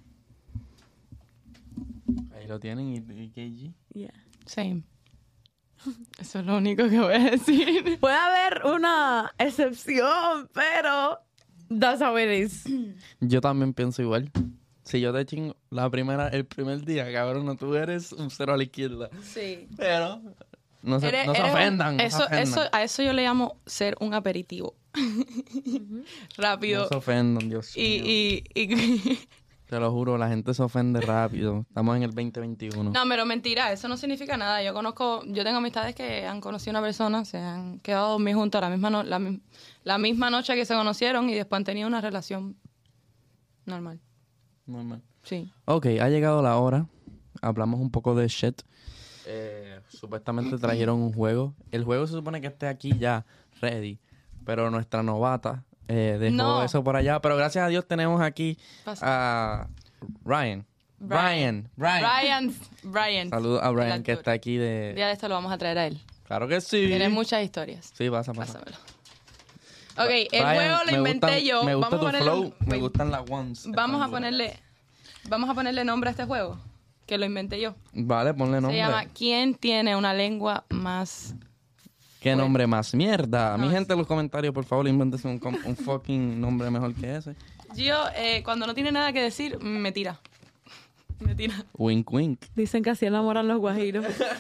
[SPEAKER 1] Ahí lo tienen. ¿Y, y K G?
[SPEAKER 3] Yeah.
[SPEAKER 2] Same. Eso es lo único que voy a decir.
[SPEAKER 3] Puede haber una excepción, pero that's how it is.
[SPEAKER 1] Yo también pienso igual. Si yo te chingo la primera, el primer día, cabrón, no, tú eres un cero a la izquierda.
[SPEAKER 2] Sí.
[SPEAKER 1] Pero no se,
[SPEAKER 2] Eres-
[SPEAKER 1] no se
[SPEAKER 2] eres un-
[SPEAKER 1] ofendan. no se
[SPEAKER 2] eso,
[SPEAKER 1] ofendan.
[SPEAKER 2] eso, a eso yo le llamo ser un aperitivo. Rápido.
[SPEAKER 1] No se ofendan, Dios mío.
[SPEAKER 2] y, y, y...
[SPEAKER 1] Te lo juro, la gente se ofende rápido. Estamos en el veinte veintiuno.
[SPEAKER 2] No, pero mentira, eso no significa nada. Yo conozco, yo tengo amistades que han conocido a una persona, se han quedado a dormir juntos la misma, no- la, mi- la misma noche que se conocieron y después han tenido una relación Normal.
[SPEAKER 1] Normal.
[SPEAKER 2] Sí.
[SPEAKER 1] Ok, ha llegado la hora. Hablamos un poco de shit. Eh, supuestamente trajeron un juego. El juego se supone que esté aquí ya ready. Pero nuestra novata eh, dejó
[SPEAKER 2] No.
[SPEAKER 1] eso por allá. Pero gracias a Dios tenemos aquí
[SPEAKER 2] Pasa.
[SPEAKER 1] a Ryan. Brian. Brian.
[SPEAKER 2] Brian. Brian.
[SPEAKER 1] Saludos a
[SPEAKER 2] El
[SPEAKER 1] Brian que
[SPEAKER 2] actor.
[SPEAKER 1] está aquí de...
[SPEAKER 2] Un día de esto lo vamos a traer a él.
[SPEAKER 1] Claro que sí.
[SPEAKER 2] Tiene muchas historias.
[SPEAKER 1] Sí, pasa, pasa.
[SPEAKER 2] Pásamelo. Ok, el
[SPEAKER 1] Brian,
[SPEAKER 2] juego lo
[SPEAKER 1] me
[SPEAKER 2] inventé
[SPEAKER 1] gustan-
[SPEAKER 2] yo.
[SPEAKER 1] Me gusta
[SPEAKER 2] vamos
[SPEAKER 1] tu
[SPEAKER 2] a ponerle,
[SPEAKER 1] flow. Me
[SPEAKER 2] wait,
[SPEAKER 1] gustan las ones.
[SPEAKER 2] Vamos a
[SPEAKER 1] Están duras.
[SPEAKER 2] ponerle... Vamos a ponerle nombre a este juego. Que lo inventé yo.
[SPEAKER 1] Vale, ponle nombre.
[SPEAKER 2] Se llama ¿Quién tiene una lengua más...
[SPEAKER 1] ¿Qué nombre más mierda? Mi
[SPEAKER 2] No,
[SPEAKER 1] gente en los comentarios, por favor, invéntese un, com- un fucking nombre mejor que ese.
[SPEAKER 2] Gio, eh, cuando no tiene nada que decir, me tira. Me tira.
[SPEAKER 1] Wink, wink.
[SPEAKER 3] Dicen que así enamoran los guajiros.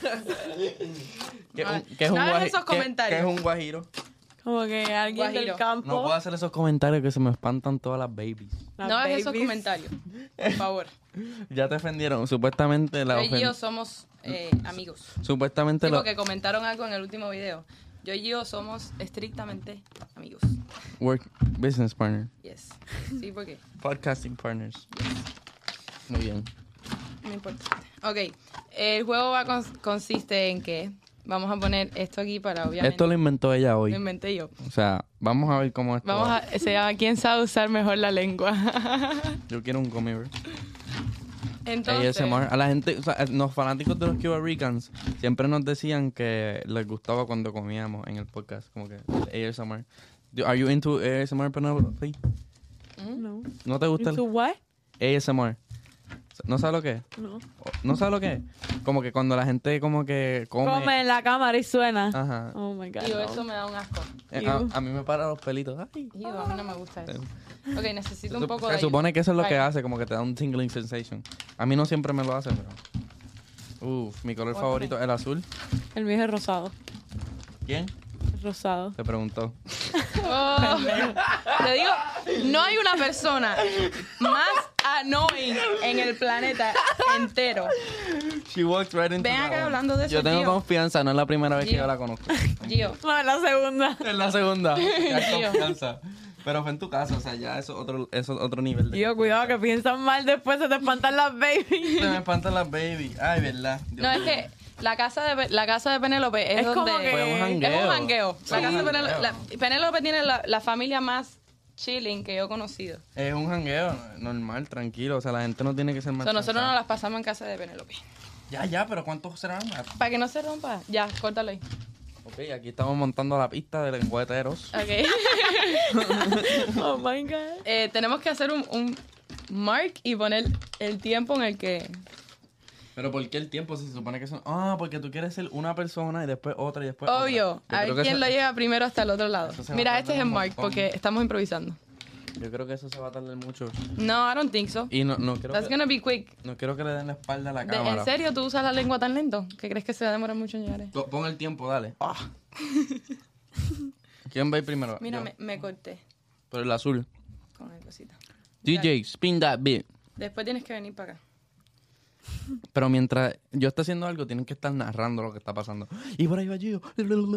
[SPEAKER 1] ¿Qué,
[SPEAKER 2] No,
[SPEAKER 1] un- qué es un
[SPEAKER 2] no hagas
[SPEAKER 1] guaji-
[SPEAKER 2] esos
[SPEAKER 1] qué-
[SPEAKER 2] comentarios.
[SPEAKER 1] ¿Qué es un guajiro?
[SPEAKER 3] Como que alguien
[SPEAKER 2] Guajiro.
[SPEAKER 3] del campo.
[SPEAKER 1] No puedo hacer esos comentarios que se me espantan todas las babies.
[SPEAKER 3] las
[SPEAKER 2] no hagas esos
[SPEAKER 3] babies.
[SPEAKER 2] comentarios. Por favor.
[SPEAKER 1] Ya te ofendieron. Supuestamente la
[SPEAKER 2] Yo y Gio
[SPEAKER 1] ofen-
[SPEAKER 2] somos eh, amigos.
[SPEAKER 1] Supuestamente
[SPEAKER 2] Sí,
[SPEAKER 1] lo...
[SPEAKER 2] porque comentaron algo en el último video. Yo y Gio somos estrictamente amigos.
[SPEAKER 1] Work business partner.
[SPEAKER 2] Yes. Sí, porque
[SPEAKER 1] Podcasting partners. Muy bien.
[SPEAKER 2] no importa. Ok. El juego va a cons- consiste en que vamos a poner esto aquí para obviamente...
[SPEAKER 1] Esto lo inventó ella
[SPEAKER 2] Lo
[SPEAKER 1] hoy.
[SPEAKER 2] inventé yo.
[SPEAKER 1] O sea, vamos a ver cómo esto
[SPEAKER 2] Vamos
[SPEAKER 1] va.
[SPEAKER 2] a... Se llama ¿Quién sabe usar mejor la lengua?
[SPEAKER 1] Yo quiero un gummy bear.
[SPEAKER 2] Entonces...
[SPEAKER 1] A S M R. A la gente, o sea, los fanáticos de los Cuba Ricans siempre nos decían que les gustaba cuando comíamos en el podcast, como que A S M R. Do- Are you into A S M R, Penelope?
[SPEAKER 3] No.
[SPEAKER 1] ¿No te gusta el
[SPEAKER 3] ¿Into what?
[SPEAKER 1] A S M R? ¿No sabes lo que es?
[SPEAKER 3] No.
[SPEAKER 1] ¿No sabes lo que es? Como que cuando la gente como que come...
[SPEAKER 3] Come en la cámara y suena.
[SPEAKER 1] Ajá.
[SPEAKER 3] Oh my God.
[SPEAKER 2] Tío,
[SPEAKER 3] no.
[SPEAKER 2] eso me da un asco.
[SPEAKER 1] Eh, a, a mí me paran los pelitos. Ay.
[SPEAKER 2] Tío, a mí no me gusta eso. Ok, necesito un
[SPEAKER 1] Se,
[SPEAKER 2] poco
[SPEAKER 1] se
[SPEAKER 2] de...
[SPEAKER 1] supone que eso es lo que
[SPEAKER 2] Right.
[SPEAKER 1] hace, como que te da un tingling sensation. A mí no siempre me lo hace, pero... Uf, mi color
[SPEAKER 2] Ok.
[SPEAKER 1] favorito es el azul.
[SPEAKER 3] El mío es rosado.
[SPEAKER 1] ¿Quién?
[SPEAKER 3] Rosado.
[SPEAKER 1] Te preguntó.
[SPEAKER 2] Oh, te digo, no hay una persona más annoying en el planeta entero.
[SPEAKER 1] She walks right into
[SPEAKER 2] Ven
[SPEAKER 1] that
[SPEAKER 2] acá
[SPEAKER 1] one.
[SPEAKER 2] hablando de eso,
[SPEAKER 1] Yo tengo
[SPEAKER 2] Gio.
[SPEAKER 1] confianza, no es la primera vez que
[SPEAKER 2] Gio.
[SPEAKER 1] yo la conozco.
[SPEAKER 2] Gio,
[SPEAKER 3] No, es la segunda.
[SPEAKER 1] Es la segunda. Hay
[SPEAKER 2] Gio.
[SPEAKER 1] confianza. Pero fue en tu casa, o sea, ya eso es otro, eso es otro nivel. De
[SPEAKER 3] Tío, cuidado que piensan mal después se te espantan las babies.
[SPEAKER 1] Se me espantan las baby. Ay, verdad. Dios
[SPEAKER 2] no es
[SPEAKER 1] mío.
[SPEAKER 2] que la casa de Pe- la casa de Penélope es,
[SPEAKER 3] Es como
[SPEAKER 2] donde
[SPEAKER 3] que-
[SPEAKER 1] Fue un
[SPEAKER 2] es
[SPEAKER 1] jangueo.
[SPEAKER 2] un jangueo.
[SPEAKER 1] Fue
[SPEAKER 2] La
[SPEAKER 1] un
[SPEAKER 2] casa de Penélope,
[SPEAKER 1] jangueo.
[SPEAKER 2] la- Penélope tiene la, la familia más chilling que yo he conocido.
[SPEAKER 1] Es un jangueo normal, tranquilo. O sea, la gente no tiene que ser
[SPEAKER 2] O
[SPEAKER 1] más.
[SPEAKER 2] sea, nosotros
[SPEAKER 1] cansada.
[SPEAKER 2] nos las pasamos en casa de Penélope.
[SPEAKER 1] Ya, ya, pero ¿cuántos serán?
[SPEAKER 2] Para que no se rompa. Ya, córtalo ahí.
[SPEAKER 1] Ok, aquí estamos montando la pista de lengueteros.
[SPEAKER 2] Ok.
[SPEAKER 3] Oh my God.
[SPEAKER 2] Eh, tenemos que hacer un, un mark y poner el tiempo en el que...
[SPEAKER 1] Pero ¿por qué el tiempo? Si se supone que son... Ah, porque tú quieres ser una persona y después otra y después
[SPEAKER 2] Obvio.
[SPEAKER 1] otra.
[SPEAKER 2] A
[SPEAKER 1] Yo
[SPEAKER 2] ver
[SPEAKER 1] creo que
[SPEAKER 2] quién
[SPEAKER 1] eso-
[SPEAKER 2] lo llega primero hasta el otro lado.
[SPEAKER 1] Eso se va a
[SPEAKER 2] Mira,
[SPEAKER 1] tardar
[SPEAKER 2] este es el
[SPEAKER 1] un
[SPEAKER 2] mark
[SPEAKER 1] montón.
[SPEAKER 2] porque estamos improvisando.
[SPEAKER 1] Yo creo que eso se va a tardar mucho.
[SPEAKER 2] No, I don't think so.
[SPEAKER 1] Y no, no, quiero
[SPEAKER 2] That's
[SPEAKER 1] que,
[SPEAKER 2] gonna be quick.
[SPEAKER 1] no quiero que le den la espalda a la
[SPEAKER 2] De-
[SPEAKER 1] cámara.
[SPEAKER 2] ¿En serio tú usas la lengua tan lento? ¿Que crees que se va a demorar mucho en llegar? ahí?
[SPEAKER 1] Po- Pon el tiempo, dale. ¿Quién va a ir primero?
[SPEAKER 2] Mira,
[SPEAKER 1] Yo.
[SPEAKER 2] me, me corté
[SPEAKER 1] Por el azul.
[SPEAKER 2] con el cosita.
[SPEAKER 1] D J, spin that beat.
[SPEAKER 2] Después tienes que venir para acá.
[SPEAKER 1] Pero mientras yo esté haciendo algo, tienen que estar narrando lo que está pasando. Y por ahí va Gio.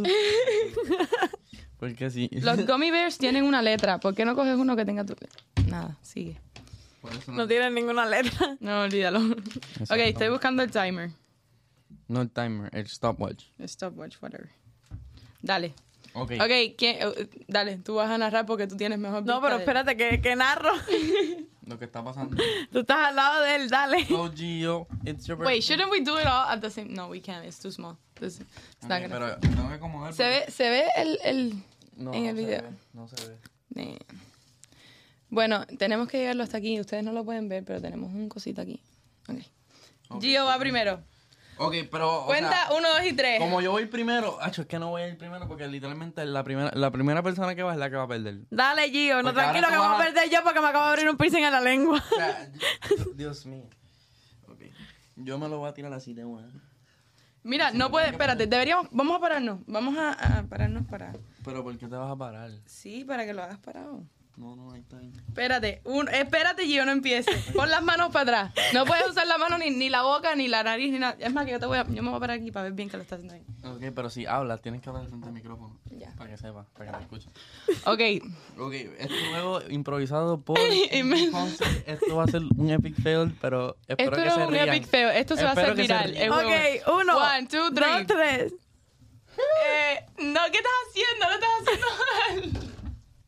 [SPEAKER 1] Porque sí.
[SPEAKER 2] Los gummy bears tienen una letra. ¿Por qué no coges uno que tenga tu letra? Nada, sigue.
[SPEAKER 1] Por eso
[SPEAKER 3] No tienen ninguna letra.
[SPEAKER 2] No, olvídalo. Ok, estoy buscando el timer.
[SPEAKER 1] No el timer, el stopwatch.
[SPEAKER 2] Stopwatch, whatever. Dale.
[SPEAKER 1] Ok.
[SPEAKER 2] Ok, ¿quién- eh, dale, tú vas a narrar porque tú tienes mejor
[SPEAKER 3] No,
[SPEAKER 2] vista
[SPEAKER 3] pero
[SPEAKER 2] de-
[SPEAKER 3] espérate, que, que narro.
[SPEAKER 1] Lo que está pasando.
[SPEAKER 3] Tú estás al lado de él, dale.
[SPEAKER 1] Oh, Gio, it's your
[SPEAKER 2] Wait,
[SPEAKER 1] birthday.
[SPEAKER 2] shouldn't we do it all at the same... No, we can't. It's too small. This- it's not
[SPEAKER 1] Ok,
[SPEAKER 2] gonna-
[SPEAKER 1] pero tengo que acomodar.
[SPEAKER 2] Se ve, se ve el... el...
[SPEAKER 1] No,
[SPEAKER 2] en el
[SPEAKER 1] no se
[SPEAKER 2] video.
[SPEAKER 1] ve, no se ve.
[SPEAKER 2] eh. Bueno, tenemos que llegarlo hasta aquí. Ustedes no lo pueden ver, pero tenemos un cosito aquí. Ok.
[SPEAKER 1] Ok.
[SPEAKER 2] Gio va primero.
[SPEAKER 1] Ok, pero. o
[SPEAKER 2] Cuenta
[SPEAKER 1] sea,
[SPEAKER 2] uno, dos y tres.
[SPEAKER 1] como yo voy primero, acho, es que no voy a ir primero porque literalmente la primera, la primera persona que va es la que va a perder.
[SPEAKER 3] Dale, Gio. No,
[SPEAKER 1] Porque ahora
[SPEAKER 3] tranquilo,
[SPEAKER 1] tú
[SPEAKER 3] que
[SPEAKER 1] vas
[SPEAKER 3] vamos a
[SPEAKER 1] a-
[SPEAKER 3] perder yo porque me acabo de abrir un piercing en la lengua.
[SPEAKER 1] O sea, yo- Dios mío. Ok. Yo me lo voy a tirar así de una.
[SPEAKER 2] Mira, no puede... Espérate, deberíamos... Vamos a pararnos. Vamos a, a pararnos para...
[SPEAKER 1] Pero ¿por qué te vas a parar?
[SPEAKER 2] Sí, para que lo hagas parado.
[SPEAKER 1] No, no, ahí está bien.
[SPEAKER 2] Espérate, un, espérate y yo no empiece. Pon las manos para atrás. No puedes usar la mano ni, ni la boca, ni la nariz, ni nada. Es más que yo te voy a, yo me voy a parar aquí para ver bien que lo estás haciendo ahí.
[SPEAKER 1] Ok, pero si hablas, tienes que hablar frente al micrófono.
[SPEAKER 2] Ya.
[SPEAKER 1] Para que sepa, para que te escuche.
[SPEAKER 2] Ok.
[SPEAKER 1] Ok, este juego improvisado por Ponce. Esto va a ser un epic fail, pero espero
[SPEAKER 2] Esto
[SPEAKER 1] que
[SPEAKER 2] no
[SPEAKER 1] se
[SPEAKER 2] es un
[SPEAKER 1] rían.
[SPEAKER 2] epic feo. Esto se va a
[SPEAKER 1] Espero
[SPEAKER 2] hacer
[SPEAKER 1] que se
[SPEAKER 2] viral.
[SPEAKER 1] rían.
[SPEAKER 2] El juego.
[SPEAKER 3] Ok, uno,
[SPEAKER 2] One, two, three.
[SPEAKER 3] dos, tres.
[SPEAKER 2] Eh, no, ¿qué estás haciendo? No estás haciendo mal.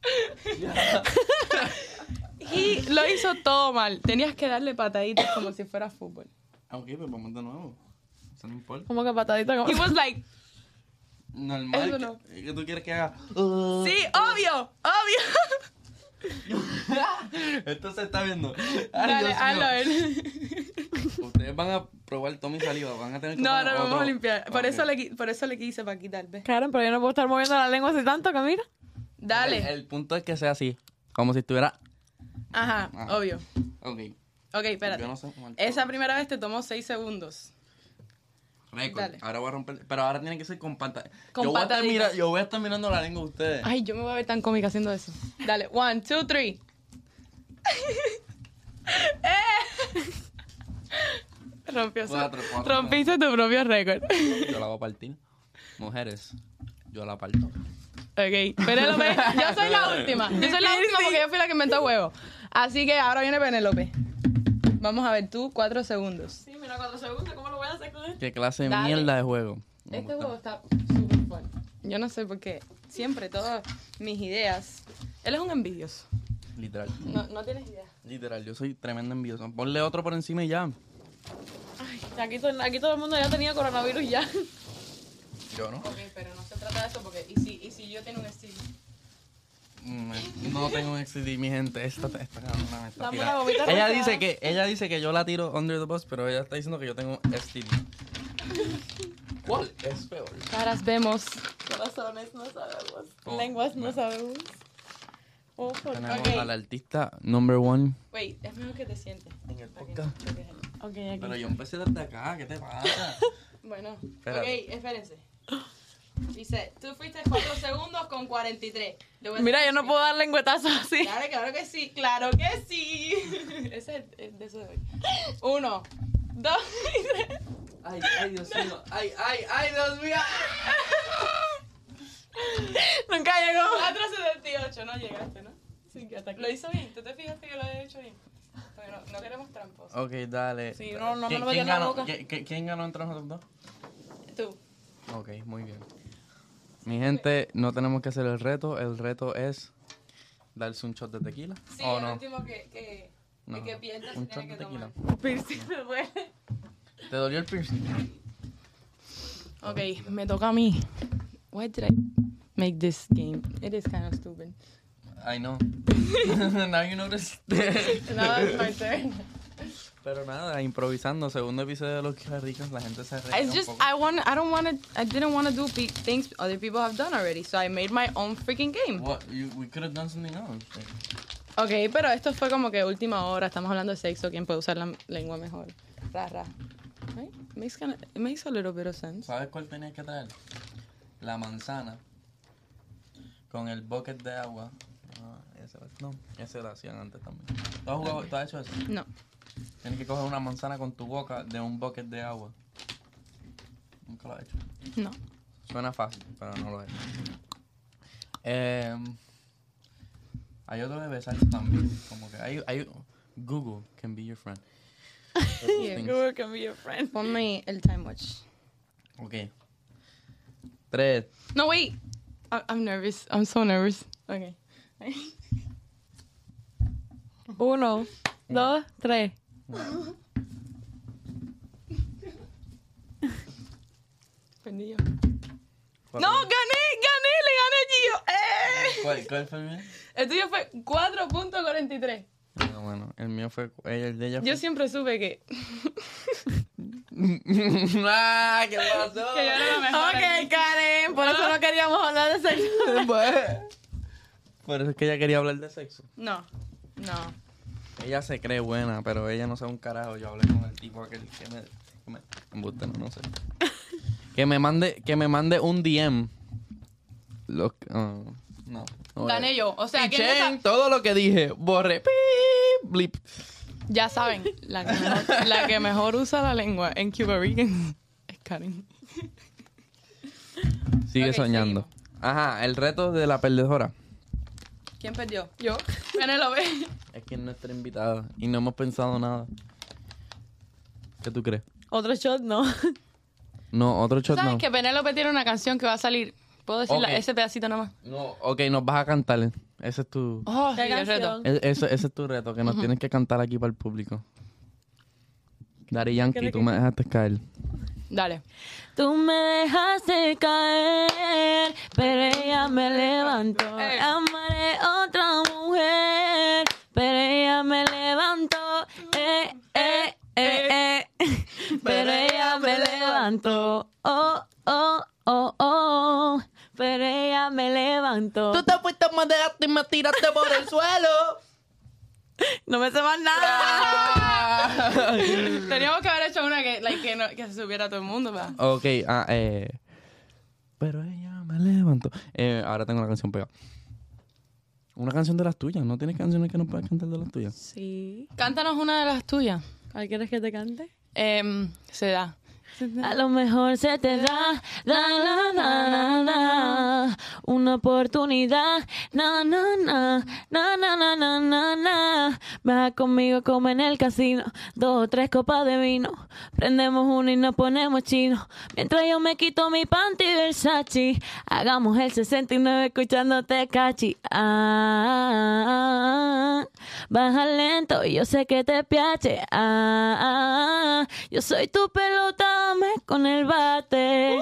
[SPEAKER 2] Y lo hizo todo mal. Tenías que darle pataditas como si fuera fútbol.
[SPEAKER 1] Ok, pues vamos de nuevo. Eso no importa.
[SPEAKER 3] Como que patadita como...
[SPEAKER 2] He was like,
[SPEAKER 1] Normal.
[SPEAKER 2] Eso
[SPEAKER 1] que-
[SPEAKER 2] no.
[SPEAKER 1] que, tú quieres que haga. Uh,
[SPEAKER 2] sí, obvio, obvio.
[SPEAKER 1] Esto se está viendo. Ay,
[SPEAKER 2] Dale,
[SPEAKER 1] Dios
[SPEAKER 2] hazlo
[SPEAKER 1] mío.
[SPEAKER 2] a él.
[SPEAKER 1] Ustedes van a probar Tommy saliva. Van a tener que
[SPEAKER 2] No,
[SPEAKER 1] poner
[SPEAKER 2] no,
[SPEAKER 1] otro-
[SPEAKER 2] vamos a limpiar. Por,
[SPEAKER 1] Ok.
[SPEAKER 2] eso le, qui- por eso le quise para quitar, ¿ves?
[SPEAKER 3] Karen, pero yo no puedo estar moviendo la lengua así tanto, Camila.
[SPEAKER 2] Dale.
[SPEAKER 1] El, el punto es que sea así. Como si estuviera.
[SPEAKER 2] Ajá,
[SPEAKER 1] Ajá.
[SPEAKER 2] obvio.
[SPEAKER 1] Ok.
[SPEAKER 2] Ok, espérate.
[SPEAKER 1] Yo no sé. cuánto-
[SPEAKER 2] Esa primera vez te tomó seis segundos.
[SPEAKER 1] Récord.
[SPEAKER 2] Dale.
[SPEAKER 1] Ahora voy a romper. Pero ahora tiene que ser con pantalla.
[SPEAKER 2] Con
[SPEAKER 1] yo, voy a estar
[SPEAKER 2] pataditas.
[SPEAKER 1] mira- yo voy a estar mirando la lengua de ustedes.
[SPEAKER 2] Ay, yo me voy a ver tan cómica haciendo eso. Dale, one, two, three. ¡Eh! Rompió su-
[SPEAKER 1] Cuatro, cuatro.
[SPEAKER 2] Rompiste tu propio récord.
[SPEAKER 1] Yo la voy a partir. Mujeres, yo la parto.
[SPEAKER 2] Ok, Penélope, yo soy la última. Yo soy la última porque yo fui la que inventó huevo. Así que ahora viene Penélope. Vamos a ver, tú, cuatro segundos.
[SPEAKER 3] Sí, mira, cuatro segundos, ¿cómo lo voy a hacer con esto?
[SPEAKER 1] ¿Qué clase de
[SPEAKER 2] Dale.
[SPEAKER 1] mierda de juego? Me
[SPEAKER 2] Este
[SPEAKER 1] gusta.
[SPEAKER 2] juego está súper fun. Yo no sé por qué. Siempre todas mis ideas. Él es un envidioso.
[SPEAKER 1] Literal.
[SPEAKER 2] No, no tienes idea.
[SPEAKER 1] Literal, yo soy tremendo envidioso. Ponle otro por encima y ya.
[SPEAKER 3] Aquí, to- aquí todo el mundo ya tenía coronavirus ya.
[SPEAKER 1] Yo no.
[SPEAKER 2] Ok, pero no se trata de eso porque. ¿Y si, y si yo tengo un estilo?
[SPEAKER 1] Mm, No tengo un X D, mi gente. Esta, esta cabrona me está
[SPEAKER 3] Dame
[SPEAKER 1] tirando.
[SPEAKER 3] una gomita
[SPEAKER 1] Ella
[SPEAKER 3] rosada.
[SPEAKER 1] dice que ella dice que yo la tiro under the bus, pero ella está diciendo que yo tengo S T D. ¿Cuál es peor?
[SPEAKER 2] Caras vemos.
[SPEAKER 3] Corazones no sabemos.
[SPEAKER 1] Oh,
[SPEAKER 3] Lenguas no
[SPEAKER 1] bueno.
[SPEAKER 3] sabemos. Oh, por-
[SPEAKER 1] Tenemos
[SPEAKER 2] Ok.
[SPEAKER 1] al artista number one
[SPEAKER 2] Wait, es mejor que te sientes.
[SPEAKER 1] en el
[SPEAKER 2] Para que
[SPEAKER 1] podcast.
[SPEAKER 2] no choques ahí.
[SPEAKER 3] Ok,
[SPEAKER 1] Pero
[SPEAKER 3] aquí.
[SPEAKER 1] yo empecé desde acá, ¿qué te pasa?
[SPEAKER 2] Bueno,
[SPEAKER 1] Espérate.
[SPEAKER 2] ok, espérense. Dice, tú fuiste cuatro segundos con cuarenta y tres. Le voy a
[SPEAKER 3] Mira,
[SPEAKER 2] hacer
[SPEAKER 3] yo no
[SPEAKER 2] así.
[SPEAKER 3] puedo dar lengüetazos así.
[SPEAKER 2] Claro, claro que sí, claro que sí. Ese es el de eso de hoy. Uno, dos y tres.
[SPEAKER 1] Ay, ay, Dios mío. Ay, ay, ay, Dios mío.
[SPEAKER 3] Nunca llegó.
[SPEAKER 2] cuatro setenta y ocho, no llegaste, ¿no? Sí, que hasta aquí. Lo hizo bien, ¿tú te fijaste que lo había hecho bien? Porque no, no queremos tramposos.
[SPEAKER 1] Ok, dale.
[SPEAKER 3] Sí, no, no me
[SPEAKER 1] ¿Qui-
[SPEAKER 3] lo metí
[SPEAKER 1] ¿quién
[SPEAKER 3] en la
[SPEAKER 1] ganó?
[SPEAKER 3] boca.
[SPEAKER 1] ¿Qui- qui- ¿Quién ganó entre nosotros dos?
[SPEAKER 2] Tú.
[SPEAKER 1] Ok, muy bien. Mi gente, no tenemos que hacer el reto. El reto es darse un shot de tequila.
[SPEAKER 2] Sí,
[SPEAKER 1] ¿O
[SPEAKER 2] el
[SPEAKER 1] no?
[SPEAKER 2] último que, que,
[SPEAKER 1] No,
[SPEAKER 2] el que pierda se
[SPEAKER 1] un shot
[SPEAKER 2] tiene
[SPEAKER 1] de
[SPEAKER 2] que
[SPEAKER 1] tequila.
[SPEAKER 2] tomar.
[SPEAKER 3] Piercing me duele.
[SPEAKER 1] ¿Te dolió el piercing?
[SPEAKER 2] Ok, me toca a mí. Why did I make this game? It is kind of stupid.
[SPEAKER 1] I know. Now you notice.
[SPEAKER 2] Now it's my turn.
[SPEAKER 1] Pero nada, improvisando. Segundo episodio de Los Ricos, la gente se ríe
[SPEAKER 2] It's
[SPEAKER 1] un
[SPEAKER 2] just
[SPEAKER 1] poco.
[SPEAKER 2] I want I don't want to I didn't want to do pe- things other people have done already, so I made my own freaking game.
[SPEAKER 1] What? You, we could have done something else.
[SPEAKER 2] Okay, pero esto fue como que última hora, estamos hablando de sexo, quién puede usar la lengua mejor. Ra ra. Right? Makes kinda, it makes a little bit of sense.
[SPEAKER 1] ¿Sabes cuál tenías que traer? La manzana con el bucket de agua. Ah, ese, no, ese lo hacían antes también. ¿Tú has, jugado, ¿tú has hecho eso?
[SPEAKER 2] No.
[SPEAKER 1] Tienes que coger una manzana con tu boca de un bucket de agua. Nunca lo he hecho.
[SPEAKER 2] No.
[SPEAKER 1] Suena fácil, pero no lo he hecho. Eh, hay otro de besarse también. Como que hay, hay Google can be your friend.
[SPEAKER 2] Yeah.
[SPEAKER 3] Google can be your friend.
[SPEAKER 2] Ponme el time watch.
[SPEAKER 1] Ok. Tres.
[SPEAKER 2] No, wait. I I'm nervous. I'm so nervous. Okay.
[SPEAKER 3] Uno, dos, tres.
[SPEAKER 2] Perdí yo.
[SPEAKER 1] cuatro.
[SPEAKER 2] No, gané, gané, le gané a Gio. ¡Eh!
[SPEAKER 1] ¿Cuál, cuál fue el mío?
[SPEAKER 2] El tuyo fue cuatro punto cuarenta y tres.
[SPEAKER 1] Bueno, bueno, el mío fue. El de ella fue.
[SPEAKER 2] Yo siempre supe que,
[SPEAKER 1] ¡Ah! ¿Qué pasó?
[SPEAKER 2] que yo era la mejor.
[SPEAKER 3] Ok, Karen, por eso no queríamos hablar de sexo.
[SPEAKER 1] Por eso es que ella quería hablar de sexo.
[SPEAKER 2] No, no.
[SPEAKER 1] Ella se cree buena, pero ella no sabe un carajo. Yo hablé con el tipo aquel que me... Que me embuste, no, no sé. Que me mande, que me mande un D M. Lo, ah, No. no
[SPEAKER 2] Gané yo. O sea,
[SPEAKER 1] y
[SPEAKER 2] ¿quién
[SPEAKER 1] Chen,
[SPEAKER 2] esa-
[SPEAKER 1] todo lo que dije, borré. Pip, blip.
[SPEAKER 2] Ya saben, la que, mejor, la que mejor usa la lengua en Cuba Rican es Karen.
[SPEAKER 1] Sigue
[SPEAKER 2] Ok,
[SPEAKER 1] soñando.
[SPEAKER 2] seguimos.
[SPEAKER 1] Ajá, el reto de la perdedora.
[SPEAKER 2] ¿Quién perdió? Yo. Penélope.
[SPEAKER 1] Es que es nuestra invitada y no hemos pensado nada. ¿Qué tú crees?
[SPEAKER 3] Otro shot, no.
[SPEAKER 1] No, otro shot
[SPEAKER 2] ¿Sabes
[SPEAKER 1] no.
[SPEAKER 2] que Penélope tiene una canción que va a salir? ¿Puedo decir la-
[SPEAKER 1] Ok.
[SPEAKER 2] ese pedacito nomás?
[SPEAKER 1] No, ok, nos vas a cantar. Ese es tu,
[SPEAKER 2] Oh,
[SPEAKER 3] ¿Qué
[SPEAKER 2] sí, el reto.
[SPEAKER 3] canción?
[SPEAKER 1] e- ese, ese es tu reto, que nos tienes que cantar aquí para el público. Daddy Yankee,
[SPEAKER 3] ¿Quieres
[SPEAKER 1] tú
[SPEAKER 3] que-
[SPEAKER 1] me dejaste caer.
[SPEAKER 2] Dale.
[SPEAKER 3] Tú me dejaste caer, pero ella me levantó.
[SPEAKER 2] Eh.
[SPEAKER 3] Amaré otra mujer, pero ella me levantó. Eh, eh, eh, eh. Pero ella me levantó. Oh, oh, oh, oh. Pero ella me levantó.
[SPEAKER 1] te fuiste más de y me tiraste por el suelo.
[SPEAKER 3] No me sé más nada.
[SPEAKER 2] Teníamos que haber hecho una que, like, que, no- que se subiera todo el mundo, ¿verdad?
[SPEAKER 1] Ok, ah, eh. Pero ella me levantó. Eh, ahora tengo la canción pegada. Una canción de las tuyas. ¿No tienes canciones que no puedes cantar de las tuyas?
[SPEAKER 3] Sí.
[SPEAKER 2] Cántanos una de las tuyas.
[SPEAKER 3] ¿Cuál quieres que te cante?
[SPEAKER 2] Em, se da.
[SPEAKER 3] A lo mejor se te da, da, da, da, da, da, una oportunidad, na, na, na, na, na, na, na, na, na. Vas conmigo como en el casino, dos o tres copas de vino, prendemos uno y nos ponemos chino, mientras yo me quito mi panty Versace, hagamos el sesenta y nueve escuchándote cachi. Ah, baja lento y yo sé que te piace. Ah, yo soy tu pelota, dame con el bate.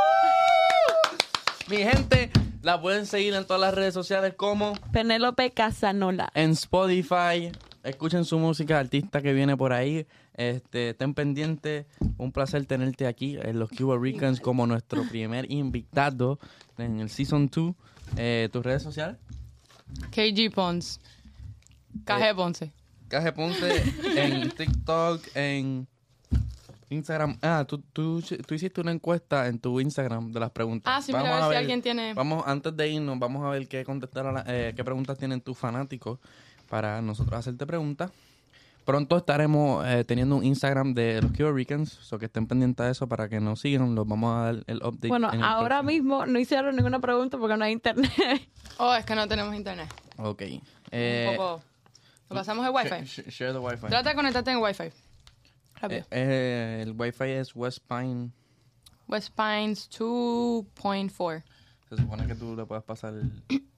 [SPEAKER 1] Mi gente, la pueden seguir en todas las redes sociales como
[SPEAKER 3] Penélope Casanola.
[SPEAKER 1] en Spotify. Escuchen su música, artista que viene por ahí. Este, estén pendientes. Un placer tenerte aquí en los Cuba Ricans como nuestro primer invitado en el Season dos. Eh, ¿Tus redes sociales?
[SPEAKER 2] K G Pons. K G Ponce.
[SPEAKER 1] Caje Ponce en TikTok, en Instagram. Ah, tú, tú, tú hiciste una encuesta en tu Instagram de las preguntas.
[SPEAKER 2] Ah, sí, mira, a ver si alguien tiene-
[SPEAKER 1] Vamos, antes de irnos, vamos a ver qué contestar a la- eh, qué preguntas tienen tus fanáticos para nosotros hacerte preguntas. Pronto estaremos eh, teniendo un Instagram de los Cuba Ricans, so que estén pendientes de eso para que nos sigan. Los vamos a dar el update.
[SPEAKER 3] Bueno,
[SPEAKER 1] en el
[SPEAKER 3] ahora
[SPEAKER 1] próximo.
[SPEAKER 3] mismo no hicieron ninguna pregunta porque no hay internet.
[SPEAKER 2] Oh, es que no tenemos internet.
[SPEAKER 1] Ok. Eh,
[SPEAKER 2] Un poco. ¿Lo pasamos el Wi-Fi?
[SPEAKER 1] sh- sh- share the Wi-Fi.
[SPEAKER 2] Trata de conectarte en Wi-Fi. Rápido.
[SPEAKER 1] Eh, eh, el Wi-Fi es West Pine.
[SPEAKER 2] West Pines dos punto cuatro.
[SPEAKER 1] Se supone que tú le puedes pasar el...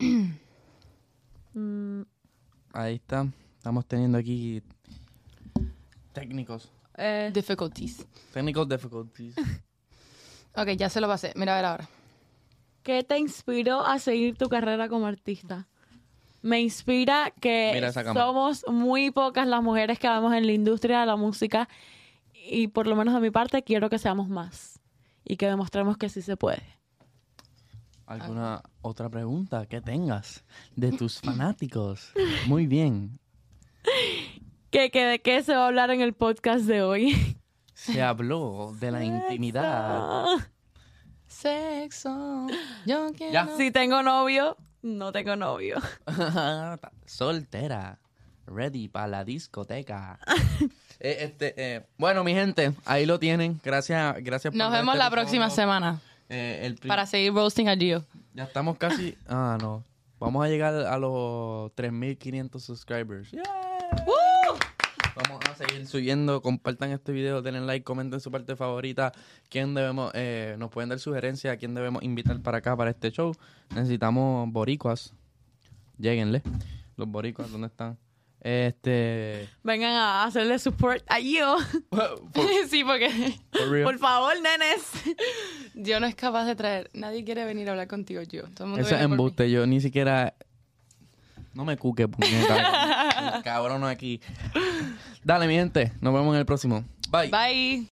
[SPEAKER 3] Mm,
[SPEAKER 1] Ahí está. Estamos teniendo aquí técnicos.
[SPEAKER 3] eh,
[SPEAKER 2] Difficulties.
[SPEAKER 1] Technical difficulties.
[SPEAKER 2] Ok, ya se lo pasé. Mira a ver ahora.
[SPEAKER 3] ¿Qué te inspiró a seguir tu carrera como artista? Me inspira que
[SPEAKER 1] Mira esa cámara.
[SPEAKER 3] somos muy pocas las mujeres que vamos en la industria de la música y por lo menos de mi parte quiero que seamos más y que demostremos que sí se puede.
[SPEAKER 1] ¿Alguna otra pregunta que tengas de tus fanáticos? Muy bien.
[SPEAKER 3] ¿Qué, qué, ¿De qué se va a hablar en el podcast de hoy?
[SPEAKER 1] Se habló de la intimidad.
[SPEAKER 3] Ah,
[SPEAKER 2] Sexo. Yo quiero.
[SPEAKER 1] Ya.
[SPEAKER 3] si tengo novio, no tengo novio.
[SPEAKER 1] Soltera. Ready para la discoteca. Eh, este, eh, bueno, mi gente, ahí lo tienen. Gracias, gracias por
[SPEAKER 2] Nos
[SPEAKER 1] ver
[SPEAKER 2] vemos
[SPEAKER 1] este
[SPEAKER 2] la próxima
[SPEAKER 1] episodio.
[SPEAKER 2] semana
[SPEAKER 1] Eh, el prim-
[SPEAKER 2] para seguir roasting a Gio.
[SPEAKER 1] Ya estamos casi... Ah, no. Vamos a llegar a los tres mil quinientos subscribers. ¡Yeah! Vamos a seguir subiendo. Compartan este video, denle like, comenten su parte favorita. ¿Quién debemos... Eh, nos pueden dar sugerencias a quién debemos invitar para acá, para este show. Necesitamos boricuas. Lléguenle. Los boricuas, ¿dónde están? Este...
[SPEAKER 3] Vengan a hacerle support a yo.
[SPEAKER 1] for,
[SPEAKER 2] Sí, porque
[SPEAKER 1] for real.
[SPEAKER 3] Por favor, nenes.
[SPEAKER 2] Gio no es capaz de traer. Nadie quiere venir a hablar contigo, Gio. Todo el mundo
[SPEAKER 1] Eso es
[SPEAKER 2] viene por mí.
[SPEAKER 1] embuste. Yo ni siquiera... No me cuque, puñeta. Cabrón aquí. Dale, mi gente. Nos vemos en el próximo. Bye.
[SPEAKER 2] Bye.